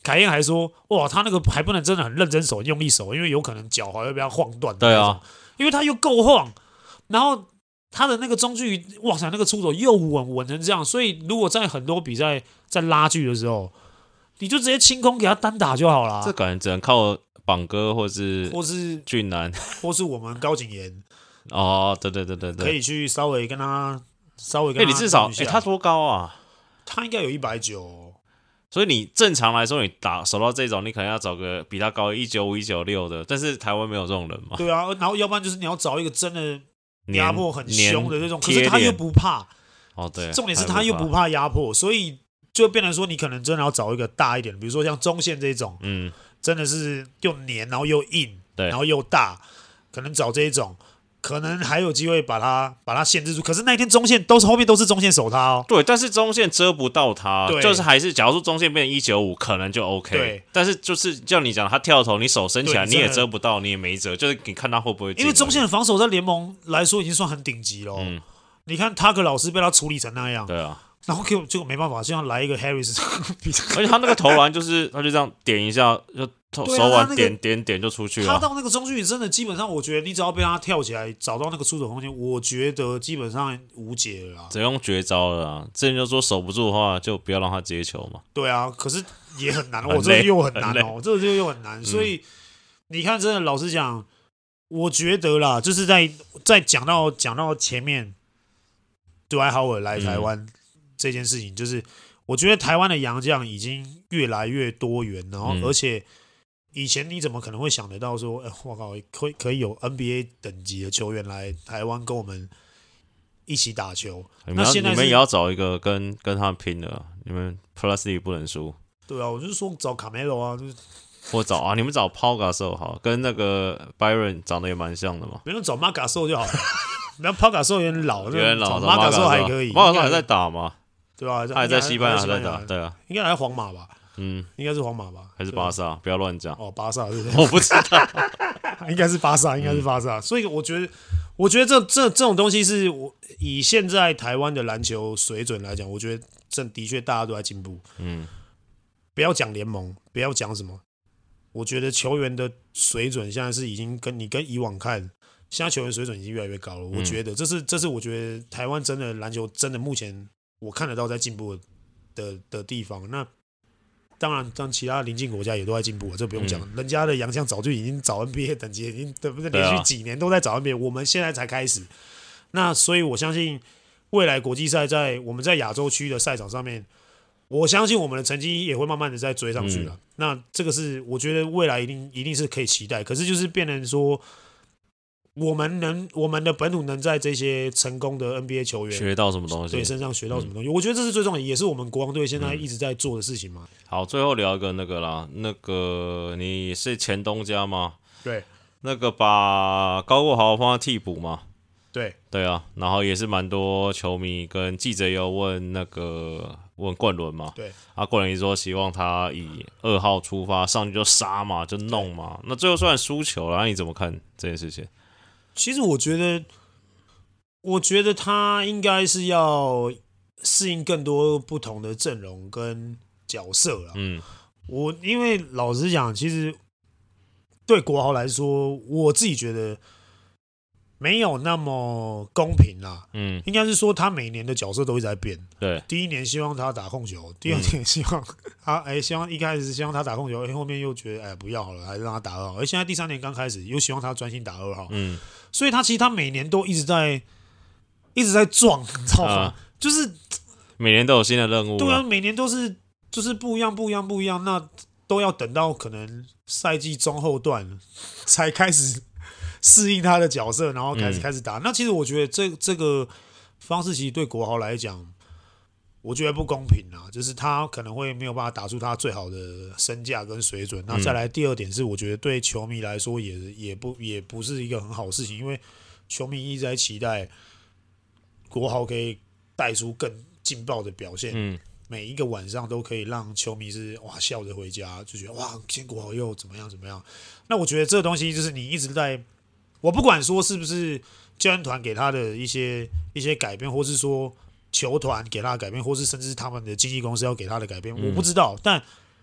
凯燕还说，哇，他那个还不能真的很认真守、用力守，因为有可能脚踝会被他晃断。 对啊， 因为他又够晃，然后他的那个中距，哇塞，那个出手又稳稳成这样，所以如果在很多比赛在拉锯的时候，你就直接清空给他单打就好了。 这感觉只能靠榜哥或是或是俊男， 或是我们高景言哦，对对对对对， 可以去稍微跟他稍微跟哎、 他你至少弄一下哎、他多高啊？ 他应该有一百九， 所以你正常来说，你打守到这种，你可能要找个比他高一九五、一九六的，但是台湾没有这种人嘛。 对啊，然后要不然就是你要找一个真的压迫很凶的那种，可贴脸是他又不怕。 哦，对， 重点是他又不怕压迫，所以就变成说你可能真的要找一个大一点的，比如说像中线这种， 嗯， 真的是又黏，然后又硬， 对然后又大，可能找这一种，可能还有机会把它把它限制住。可是那一天中线都是后面都是中线守他哦， 对，但是中线遮不到他， 对就是还是假如说中线变成一九五，可能就 OK。 对， 但是就是叫你讲他跳投，你手伸起来，你也对真的遮不到，你也没辙，就是你看他会不会进而已。 因为中线的防守在联盟来说已经算很顶级了、哦。 嗯， 你看他个老师被他处理成那样， 对啊， 然后就就没办法，就像来一个 Harris， 而且他那个投篮就是他就这样点一下，就手对啊手腕他那个点点点就出去了。 他到那个中距离真的基本上，我觉得你只要被他跳起来找到那个出手空间，我觉得基本上无解了啦。 只用绝招了啊！之前就说守不住的话，就不要让他接球嘛。 对啊，可是也很难， 很累我、哦、这个又很难很累哦，这个就又很难。所以、你看，真的老实讲，我觉得啦，就是在在讲到讲到前面，杜埃豪尔来台湾、这件事情，就是我觉得台湾的洋将已经越来越多元，然后嗯而且以前你怎么可能会想得到说，哎、我靠，可以可以有 N B A 等级的球员来台湾跟我们一起打球？ 你们要那现在是你们也要找一个跟跟他们拼的啊，你们 Plus D 不能输， 对啊，我就是说找卡梅罗啊，就是或找啊，你们找 Paul Gasol 好，跟那个 Byron 长得也蛮像的嘛。 没有找马卡兽就好了。然后 Paul Gasol 有点老， 有点老， 马卡兽还可以， 马卡兽还在打吗？ 对吧？ 他还在西班牙在打， 应对啊， 该还是皇马吧？ 嗯， 应该是皇马吧？ 还是巴萨？不要乱讲。 哦，巴萨对不对？ 我不知道， 应该是巴萨，应该是巴萨。所以我觉得，我觉得这这这种东西是我以现在台湾的篮球水准来讲，我觉得这的确大家都在进步。 嗯， 不要讲联盟，不要讲什么，我觉得球员的水准现在是已经跟你跟以往看，现在球员水准已经越来越高了。我觉得这是这是我觉得台湾真的篮球真的目前我看得到在进步的的, 的地方。那当然，当其他邻近国家也都在进步了，这不用讲、嗯。人家的洋将早就已经找 N B A 等级，已经对不对？连续几年都在找 N B A，、啊、我们现在才开始。那所以我相信未来国际赛在我们在亚洲区的赛场上面，我相信我们的成绩也会慢慢的再追上去了。嗯、那这个是我觉得未来一定一定是可以期待。可是就是变成说，我们能我们的本土能在这些成功的 N B A 球员学到什么东西？ 对，身上学到什么东西？嗯、我觉得这是最重要的，也是我们国王队现在一直在做的事情嘛。 嗯、好，最后聊一个那个啦，那个你是前东家吗？ 对， 那个把高国豪放在替补嘛？ 对， 对啊，然后也是蛮多球迷跟记者有问那个问冠伦嘛， 对， 啊，冠伦也说希望他以二号出发上去就杀嘛，就弄嘛，那最后虽然输球了，那你怎么看这件事情？ 其实我觉得，我觉得他应该是要适应更多不同的阵容跟角色啦。 嗯， 我因为老实讲，其实对国豪来说，我自己觉得没有那么公平啦。 嗯， 应该是说他每年的角色都一直在变。 对， 第一年希望他打控球，第二年希望他哎、欸，希望一开始是希望他打控球，哎、欸，后面又觉得哎、欸、不要好了，还是让他打二号。而现在第三年刚开始，又希望他专心打二号。 嗯。 所以他其实他每年都一直在一直在撞，你知道吗？啊、就是每年都有新的任务。 对啊，每年都是就是不一样不一样不一样，那都要等到可能赛季中后段才开始适应他的角色，然后开始、嗯、开始打。那其实我觉得这这个方式其实对国豪来讲，我觉得不公平啊，就是他可能会没有办法打出他最好的身价跟水准。那再来第二点是，我觉得对球迷来说也也不也不是一个很好的事情，因为球迷一直在期待国豪可以带出更劲爆的表现，嗯、每一个晚上都可以让球迷是哇笑着回家，就觉得哇今天国豪又怎么样怎么样。那我觉得这个东西就是你一直在，我不管说是不是教练团给他的一些一些改变，或是说球团给他的改变，或是甚至他们的经纪公司要给他的改变，嗯、我不知道。但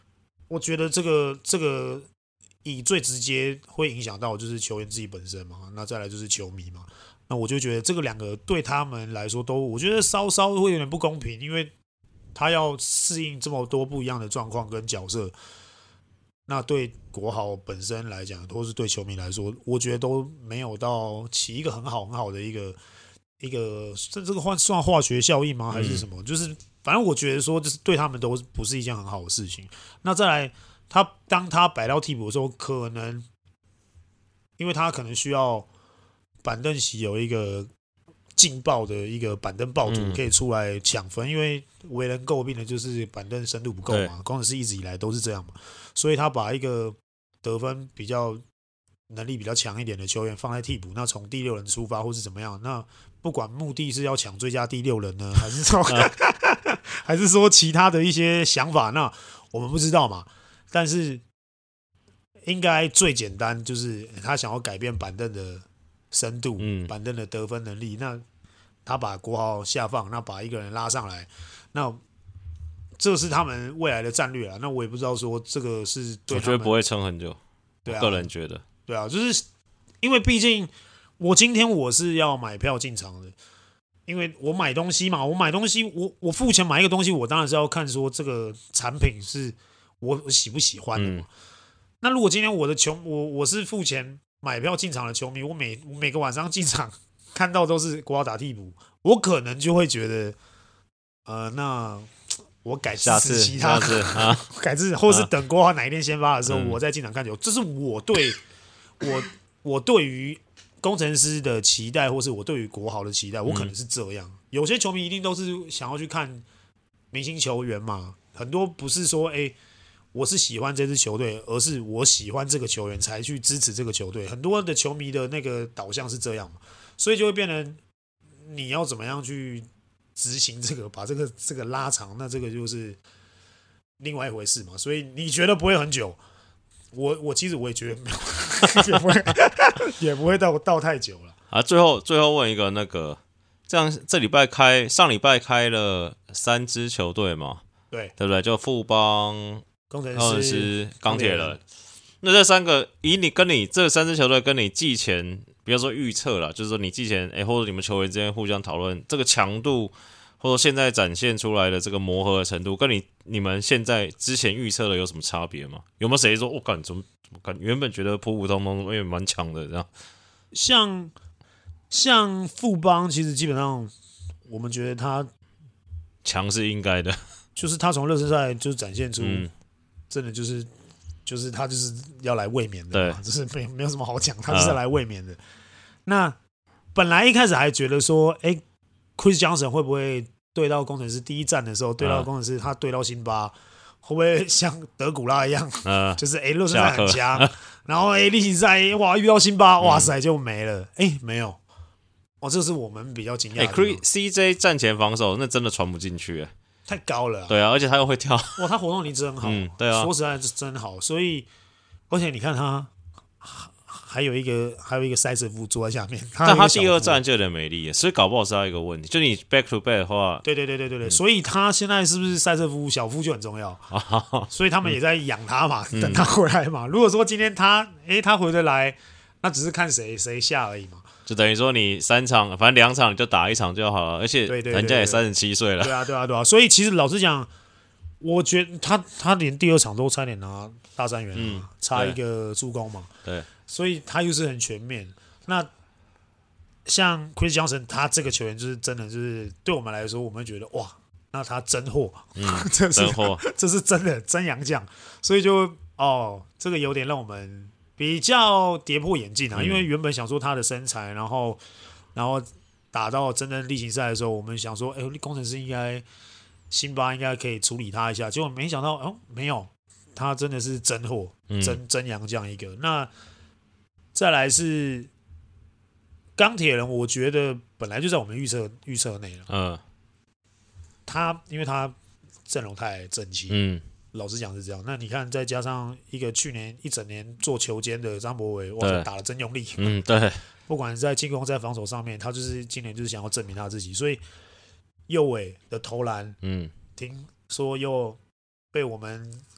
我觉得这个这个以最直接会影响到就是球员自己本身嘛，那再来就是球迷嘛。那我就觉得这个两个对他们来说都，我觉得稍稍会有点不公平，因为他要适应这么多不一样的状况跟角色。那对国豪本身来讲，或是对球迷来说，我觉得都没有到起一个很好很好的一个一个，这这个换算化学效应吗？还是什么？嗯、就是反正我觉得说，就是对他们都不是一件很好的事情。那再来，他当他摆到替补的时候，可能因为他可能需要板凳席有一个劲爆的一个板凳爆主可以出来抢分，嗯、因为为人诟病的就是板凳深度不够嘛，工程师一直以来都是这样嘛，所以他把一个得分比较能力比较强一点的球员放在替补，那从第六人出发或是怎么样，那不管目的是要抢最佳第六人呢，还是说还是说其他的一些想法，那我们不知道嘛，但是应该最简单就是他想要改变板凳的深度， 嗯、 板凳的得分能力，那他把国豪下放，那把一个人拉上来，那这是他们未来的战略啊。那我也不知道说这个是对他们， 我觉得不会撑很久。对啊，我个人觉得， 对啊，就是因为毕竟我今天我是要买票进场的，因为我买东西嘛，我买东西，我我付钱买一个东西，我当然是要看说这个产品是我喜不喜欢的嘛。嗯、那如果今天我的球，我我是付钱买票进场的球迷，我每我每个晚上进场看到都是国豪打替补，我可能就会觉得，呃，那我改支持其他， 啊、 改支持，或是等国豪哪一天先发的时候，啊、我再进场看球。这是我对我我对于工程师的期待，或是我对于国豪的期待，我可能是这样。嗯、有些球迷一定都是想要去看明星球员嘛，很多不是说哎。欸我是喜欢这支球队，而是我喜欢这个球员才去支持这个球队。很多的球迷的那个导向是这样嘛，所以就会变成你要怎么样去执行这个，把这个这个拉长，那这个就是另外一回事嘛。所以你觉得不会很久？我我其实我也觉得没有，也不会也不会到到太久了。 啊，最后最后问一个那个，这样这礼拜开上礼拜开了三支球队嘛？ 对对不对？就富邦。 工程师、钢铁人，那这三个以你跟你这三支球队跟你季前，不要说预测啦，就是说你季前，哎，或者你们球员之间互相讨论这个强度，或者现在展现出来的这个磨合的程度，跟你你们现在之前预测的有什么差别吗？有没有谁说我感、哦、怎么感原本觉得普普通通，因为蛮强的这样？ 像像富邦，其实基本上我们觉得他强是应该的， 就是他从热身赛就展现出。 嗯真的就是就是他就是要来卫冕的嘛，就是没没有什么好讲，他就是来卫冕的。啊、那本来一开始还觉得说，哎 ，Chris Johnson 会不会对到工程师第一站的时候，对到工程师，他对到辛巴，会不会像德古拉一样，啊、就是哎热身赛很强，然后哎例行赛哇遇到辛巴，哇塞就没了，哎、嗯、没有，哦这是我们比较惊讶的。 哎 ，Chris C J 站前防守那真的传不进去哎。 太高了、啊， 对啊，而且他又会跳， 哇，他活动力真好， 嗯，对啊， 说实在是真好，所以，而且你看他还有一个还有一个塞瑟夫坐在下面， 但他第二站就有点没力，所以搞不好是他一个问题，就你 back to back 的话， 对对对对对对，嗯、所以他现在是不是塞瑟夫小夫就很重要，所以他们也在养他嘛，嗯、等他回来嘛。如果说今天他哎他回得来，那只是看谁谁下而已嘛。 就等于说你三场，反正两场你就打一场就好了，而且人家也三十七岁了。 对啊，对啊，对啊。所以其实老实讲，我觉得他他连第二场都差点拿大三元、啊嗯、差一个助攻嘛。 对， 所以他又是很全面。那像 Chris Johnson 他这个球员就是真的就是对我们来说，我们觉得哇，那他真货， 嗯， 这是真货， 这是真的真洋将。所以就哦，这个有点让我们。比较跌破眼镜啊，嗯、因为原本想说他的身材，然后然后打到真正例行赛的时候，我们想说，哎、欸，工程师应该辛巴应该可以处理他一下，结果没想到，哦，没有，他真的是真货，嗯、真真洋将一个。那再来是钢铁人，我觉得本来就在我们预测预测内了，嗯，他因为他阵容太整齐，嗯。老实讲是这样，那你看，再加上一个去年一整年做球监的张博伟，哇，打了真用力。 嗯，对， 不管是在进攻在防守上面，他就是今年就是想要证明他自己，所以右伟的投篮，嗯，听说又被我们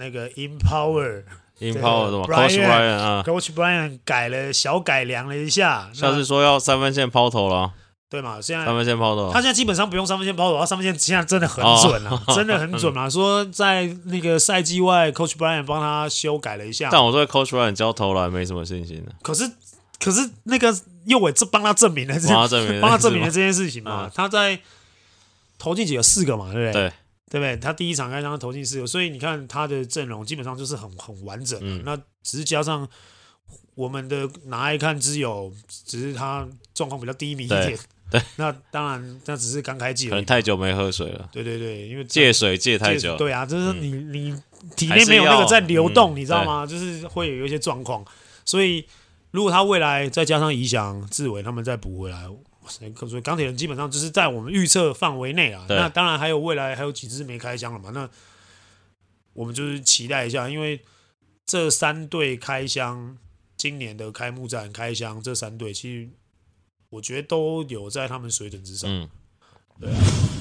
那个 Empower Empower 什么 Coach Brian 啊 ，Coach Brian 改了小改良了一下， 下次说要三分线抛投了， 对嘛？现在三分线抛投， 他现在基本上不用三分线抛投，他三分线现在真的很准啊，哦、真的很准啊。说在那个赛季外 ，Coach Brian 帮他修改了一下， 但我对 Coach Brian 教投篮没什么信心的。 可是可是那个右伟这帮他证明了， 帮他证明， 帮他证明了这件事情嘛。 嗯、 他在投进几个四个嘛，对不对？ 对。 对不对？他第一场开枪投进四个，所以你看他的阵容基本上就是很很完整、啊嗯。那只是加上我们的拿来看之友，只是他状况比较低迷一点。 对，對那当然，那只是刚开季， 可能太久没喝水了。 对对对，因为戒水戒太久。 对啊，就是你、嗯、你体内没有那个在流动，你知道吗？就是会有一些状况。所以如果他未来再加上影响志伟他们再补回来。所以钢铁人基本上就是在我们预测范围内啊。那当然还有未来还有几支没开箱了嘛？那我们就是期待一下，因为这三队开箱，今年的开幕战开箱，这三队其实我觉得都有在他们水准之上。嗯，对啊。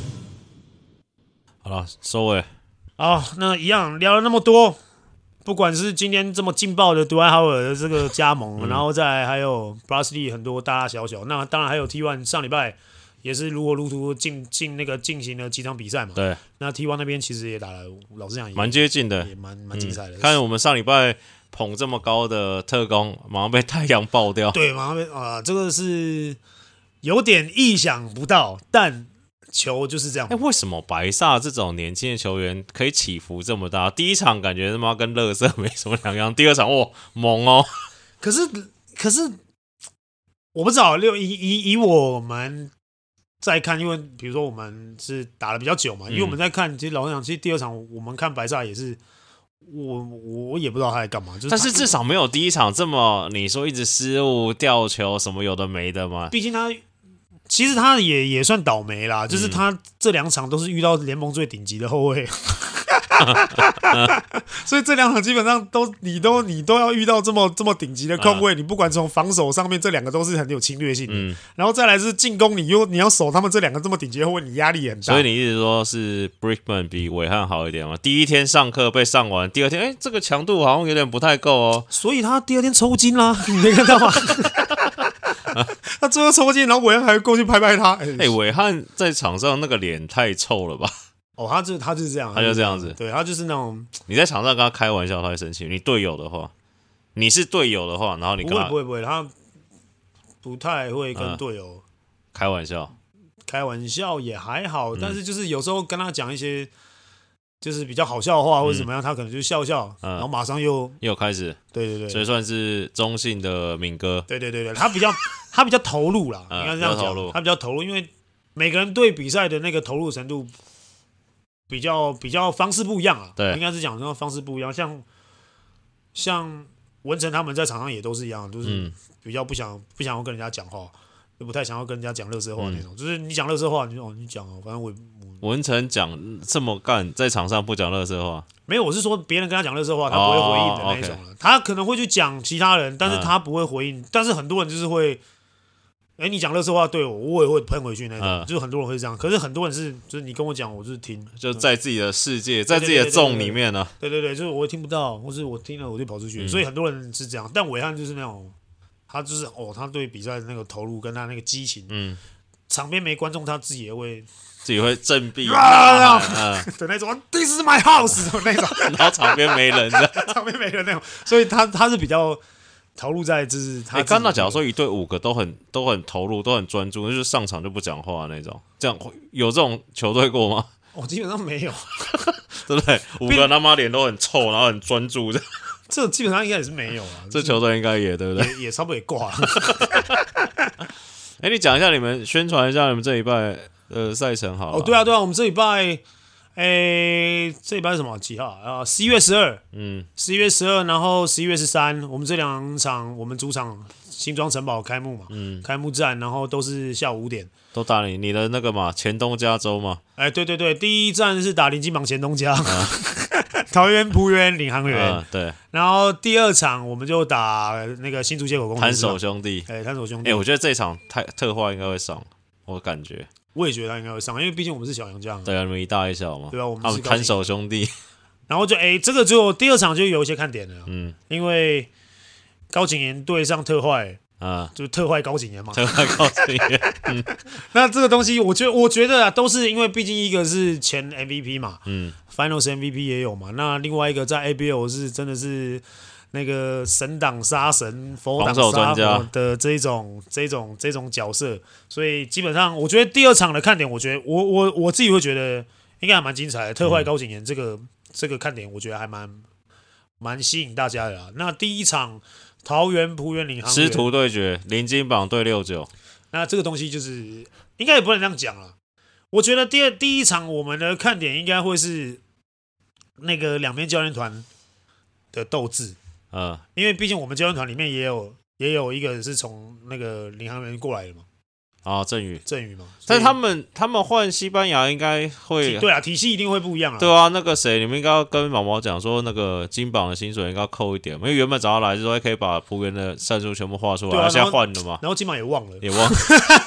好了，收尾。 好，那一样聊了那么多。不管是今天这么劲爆的 Dwight Howard 的这个加盟，嗯、然后再来还有 Bradley 很多大大小小，那当然还有 T 一 上礼拜也是如火如荼进进那个进行了几场比赛嘛。 对， 那 T 一 那边其实也打了，老实讲蛮接近的， 也蛮蛮精彩的、 嗯。看我们上礼拜捧这么高的特工，马上被太阳爆掉。 对，马上被啊、呃，这个是有点意想不到，但。球就是这样。 哎、欸，为什么白煞这种年轻的球员可以起伏这么大？第一场感觉他妈跟垃圾没什么两样，第二场哇猛哦！ 可是可是我不知道，以以以我们在看，因为比如说我们是打了比较久嘛，因为我们在看，其实老实讲，其实第二场我们看白煞也是，我我也不知道他在干嘛，就是、 但是至少没有第一场这么你说一直失误、掉球什么有的没的嘛。 毕竟他。其实他也也算倒霉啦，就是他这两场都是遇到联盟最顶级的后卫，所以这两场基本上都你都你都要遇到这么这么顶级的控卫，你不管从防守上面这两个都是很有侵略性的，嗯、然后再来是进攻，你又你要守他们这两个这么顶级的后卫，你压力也很大。 所以你一直说是 Brickman 比伟汉好一点嘛？第一天上课被上完，第二天哎、欸、这个强度好像有点不太够哦， 所以他第二天抽筋啦，你没看到吗？他最后抽筋，然后伟汉还过去拍拍他。哎、 欸，伟汉在场上那个脸太臭了吧？ 哦，他就他就是这样， 他就这样子， 对他就是那种你在场上跟他开玩笑，他会生气。你队友的话，你是队友的话，然后你跟他不会不会不会，他不太会跟队友、嗯、 开玩笑， 开玩笑也还好，嗯、但是就是有时候跟他讲一些。就是比较好笑的话或者怎么样、嗯，他可能就笑笑、嗯，然后马上又又开始， 对对对， 所以算是中性的敏哥， 对对对对，他比较他比较投入啦，应该这样讲，他比较投入，因为每个人对比赛的那个投入程度比较比较方式不一样啊， 对， 应该是讲那个方式不一样，像像文成他们在场上也都是一样，都、就是比较不想不想要跟人家讲话，就不太想要跟人家讲垃圾话那种，嗯、就是你讲垃圾话，你哦你讲哦，反正我。 文成讲这么干，在场上不讲垃圾话， 没有，我是说别人跟他讲垃圾话，他不会回应的那一种、oh, okay. 他可能会去讲其他人，但是他不会回应。嗯、但是很多人就是会，哎、欸，你讲垃圾话对我，我也会喷回去那种、嗯，就是很多人会这样。可是很多人是，就是你跟我讲，我就是听， 就在自己的世界，嗯、在自己的zone里面呢、啊。 对对对，就是我也听不到，或是我听了我就跑出去、嗯。所以很多人是这样，但伟汉就是那种，他就是哦，他对比赛的那个投入跟他那个激情，嗯，场边没观众，他自己也会。 自己会振臂啊、 嗯、的那种 ，This is my house 的那种， 然后场边没人的， 场边没人那种，所以他他是比较投入在就是他。 哎、欸，刚刚假如说一队五个都很都很投入，都很专注，就是上场就不讲话那种，这样有这种球队过吗？ 哦，基本上没有， 对不对？五个他妈脸都很臭，然后很专注的， 这基本上应该也是没有啊。 这球队应该也对不对？ 也, 也差不多也挂了。 哎、欸，你讲一下你们宣传一下你们这一拜。呃，赛程好哦，对啊，对啊，我们这礼拜，诶，这礼拜是什么几号啊？十一月十二，嗯，十一月十二，然后十一月十三，我们这两场，我们主场新庄城堡开幕嘛，嗯，开幕战，然后都是下午五点， 都打你你的那个嘛，前东加州嘛， 哎，对对对，第一站是打林金榜前东家，啊、桃园璞园领航员、 啊，对， 然后第二场我们就打那个新竹街口公司， 摊手兄弟， 哎，摊手兄弟， 哎，我觉得这场太特化应该会上，我感觉。 我也觉得他应该会上，因为毕竟我们是小洋将。 对啊，你们一大一小嘛。 对啊，我们他们看守兄弟。 然后就哎、欸，这个就第二场就有一些看点了， 嗯， 因为高景言对上特坏。 啊， 就是特坏高景言嘛， 特坏高景言。嗯， 那这个东西，我觉得，我觉得啊，都是因为毕竟一个是前 M V P 嘛，嗯 ，Finals M V P 也有嘛。那另外一个在 A B L 是真的是那个神挡杀神、佛挡杀佛的这一种、这种、这种角色，所以基本上，我觉得第二场的看点，我觉得我我我自己会觉得应该还蛮精彩的。特坏高景言这个、嗯、这个看点，我觉得还蛮蛮吸引大家的啦。那第一场。桃园璞园领航员师徒对决，林金榜对六九。 那这个东西就是应该也不能这样讲了。我觉得第二第一场我们的看点应该会是那个两边教练团的斗志，嗯，因为毕竟我们教练团里面也有也有一个是从那个领航员过来的嘛。 啊，郑宇， 郑宇嘛， 但是他们他们换西班牙应该会， 对啊，体系一定会不一样啊。 对啊，那个谁，你们应该要跟毛毛讲说，那个金榜的薪水应该要扣一点，因为原本找他来是说可以把璞园的战术全部画出来，啊、现在换了嘛， 然后金榜也忘了， 也忘了，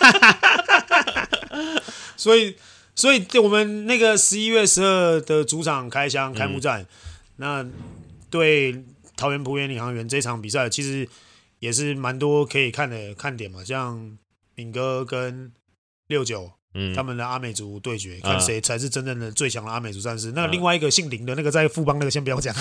所以所以我们那个十一月十二的主场开箱开幕战，嗯、那对桃园璞园领航员这场比赛，其实也是蛮多可以看的看点嘛，像。敏哥跟六九，嗯，他们的阿美族对决，看谁才是真正的最强的阿美族战士。嗯、那另外一个姓林的那个在富邦那个先不要讲，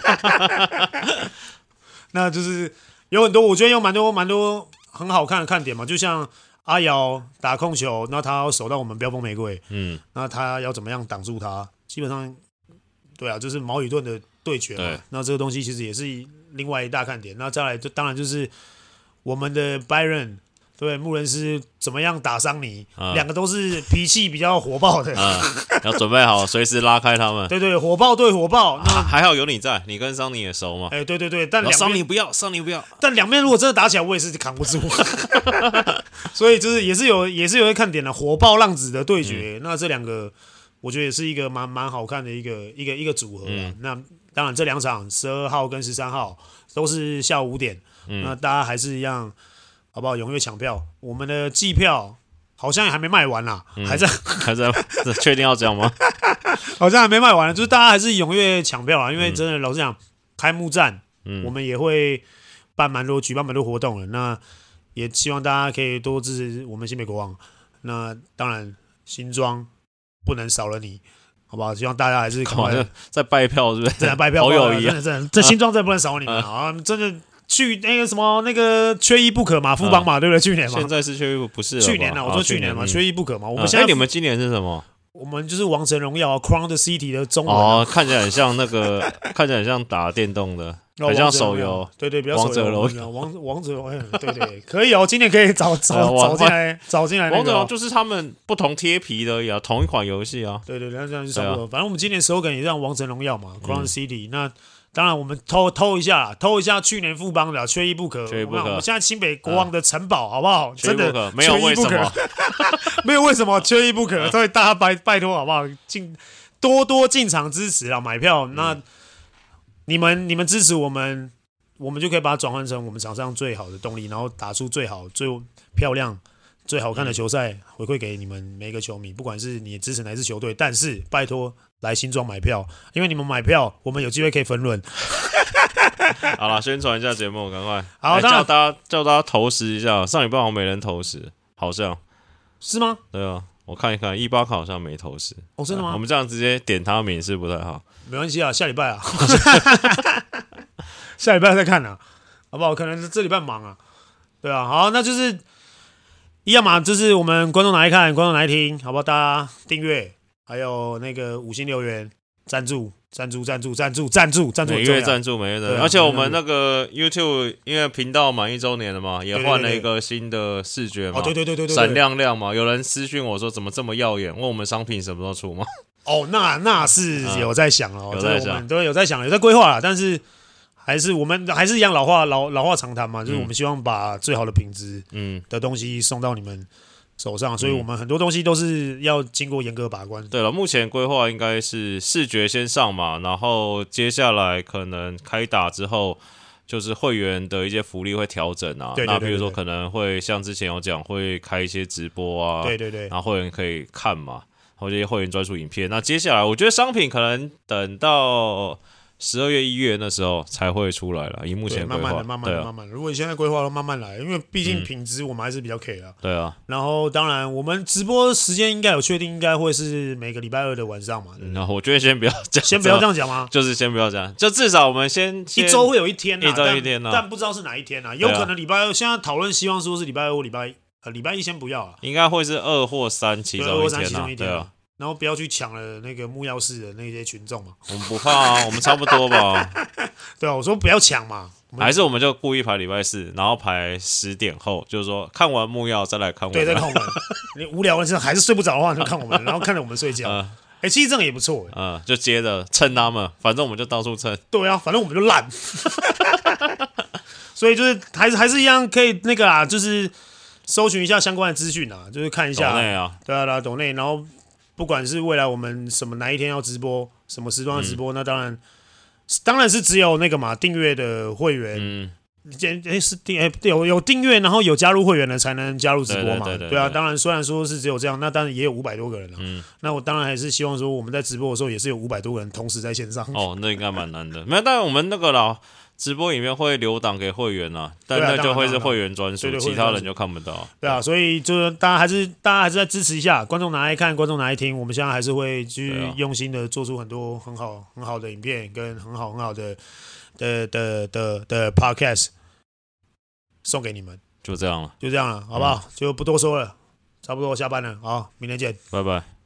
那就是有很多，我觉得有蛮多蛮多很好看的看点嘛，就像阿瑶打控球，那他要守到我们飙风玫瑰，嗯，那他要怎么样挡住他？基本上，对啊，就是毛与盾的对决嘛。那这个东西其实也是另外一大看点。那再来，就当然就是我们的 Byron。对，牧人师怎么样打伤你？嗯、两个都是脾气比较火爆的， 嗯、要准备好随时拉开他们。 对对，火爆对火爆。那、 啊、还好有你在，你跟桑尼也熟嘛。 哎、欸，对对对，但两桑尼不要，桑尼不要。 但两边如果真的打起来，我也是扛不住。所以就是也是有也是有些看点的，火爆浪子的对决。嗯、那这两个我觉得也是一个蛮蛮好看的一个一个一个组合、啊嗯、那当然这两场十二号跟十三号都是下午五点，嗯、那大家还是一样。好不好？踊跃抢票，我们的季票好像还没卖完啦，嗯、还在还在，确定要讲吗？ 好像还没卖完，就是大家还是踊跃抢票啊，因为真的、嗯、老实讲，开幕战、嗯、我们也会办蛮多、举办蛮多活动的，那也希望大家可以多支持我们新北国王。那当然，新庄不能少了你。好不好？希望大家还是赶快在拜票，是不是？ 真的拜票， 好友谊， 真的真的，这新庄真的不能少你们啊！真的。去那个什么那个缺一不可嘛，富邦嘛，嗯、对不对？去年嘛， 现在是缺一不是去年啊，我说去年嘛，缺一不可嘛。我们现在、嗯、你们今年是什么？ 我们就是王城荣耀 Crown the City 的中文、啊、 哦，看起来很像那个，看起来很像打电动的，很像手游。 对对，比较王者荣耀，王王者荣耀，对对，可以哦，今年可以找找找进来，找进来、那個。 王者荣耀就是他们不同贴皮的而已啊，同一款游戏啊。 对对，那这样就差不多。啊、反正我们今年 slogan 也让王城荣耀嘛 ，Crown the City、嗯、那。当然，我们偷偷一下，偷一下去年富邦的，缺一不可。 缺一不可。 我们现在新北国王的城堡，嗯、好不好？真的没有为什么， 没有为什么，缺一不可。所以大家拜拜托，好不好？进多多进场支持啊，买票。嗯、那你们你们支持我们，我们就可以把它转换成我们场上最好的动力，然后打出最好、最漂亮、最好看的球赛，嗯、回馈给你们每一个球迷，不管是你支持哪支球队，但是拜托。来新庄买票，因为你们买票，我们有机会可以分润。 好了，宣传一下节目，赶快好， 叫大家叫大家投食一下。上礼拜好像没人投食，好像是吗？ 对啊，我看一看，一八卡好像没投食。 哦，真的吗？ 我们这样直接点他名是不太好。 没关系啊，下礼拜啊，下礼拜再看啊，好不好？可能这礼拜忙啊，对啊，好，那就是一样嘛，就是我们观众来看，观众来听，好不好？大家订阅。还有那个五星留言赞助赞助赞助赞助赞助赞助， 每月赞助每月赞助，而且我们那个 YouTube 因为频道满一周年了嘛，也换了一个新的视觉嘛， 对对对对对， 闪亮亮嘛。有人私讯我说怎么这么耀眼，问我们商品什么时候出吗？ 哦，那那是有在想哦， 有在想， 对，有在想，有在规划啦，但是还是我们还是一样老话老老话常谈嘛，就是我们希望把最好的品质嗯的东西送到你们手上，所以我们很多东西都是要经过严格把关。 对了，目前规划应该是视觉先上嘛，然后接下来可能开打之后，就是会员的一些福利会调整啊。 对对对对， 那比如说可能会像之前有讲，会开一些直播啊， 对对对， 然后会员可以看嘛。 或者会员专属影片。那接下来我觉得商品可能等到十二月、一月那时候才会出来了。以目前规划， 慢慢的、慢慢的、 啊、 慢慢的。如果你现在规划，都慢慢来，因为毕竟品质我们还是比较 care 啊。 对啊。 然后当然，我们直播时间应该有确定，应该会是每个礼拜二的晚上嘛。 然后、嗯、我觉得先不要讲， 先不要这样讲吗？ 就是先不要这样，就至少我们先一周会有一天、啊， 一周一天啊但，但不知道是哪一天啊。有可能礼拜二，现在討論希望說是禮拜二或禮拜呃禮拜一先不要了， 應該會是二或三其中一天啊， 對啊。然後不要去搶了那個木曜室的那些群眾嘛。 我們不怕啊，我們差不多吧。 對啊，我說不要搶嘛。 還是我們就故意排禮拜四，然後排十點後，就是說看完木曜再來看我們。 對，再看我們。你無聊的時候還是睡不着的話，就看我們，然後看着我們睡覺。哎、呃欸，其實這樣也不錯、欸。 嗯、呃，就接着蹭他們，反正我們就到處蹭。 對啊，反正我們就爛。所以就是還是還是一樣可以那個啊，就是搜尋一下相關的資訊啊，就是看一下。 抖內啊。對啊，啦，抖內，然後。不管是未來我們什麼哪一天要直播，什麼時段要直播，嗯、那當然當然是只有那個嘛訂閱的會員，嗯，誒是訂誒有有訂閱，然後有加入會員的才能加入直播嘛， 對對對對對啊，當然雖然說是只有這樣，那當然也有五百多個人了、啊，嗯，那我當然還是希望說我們在直播的時候也是有五百多個人同時在線上。 哦，那應該蠻難的，沒有，但是我們那個啦。直播影片會留檔給會員啊，但那就會是會員專屬，其他人就看不到。 對啊，所以就是大家還是大家還是在支持一下，觀眾拿來看，觀眾拿來聽，我們現在還是會去用心的做出很多很好很好的影片，跟很好很好的的的的的 podcast 送給你們。 就這樣了， 就這樣了，好不好？嗯、就不多說了，差不多下班了，好，明天見， 拜拜。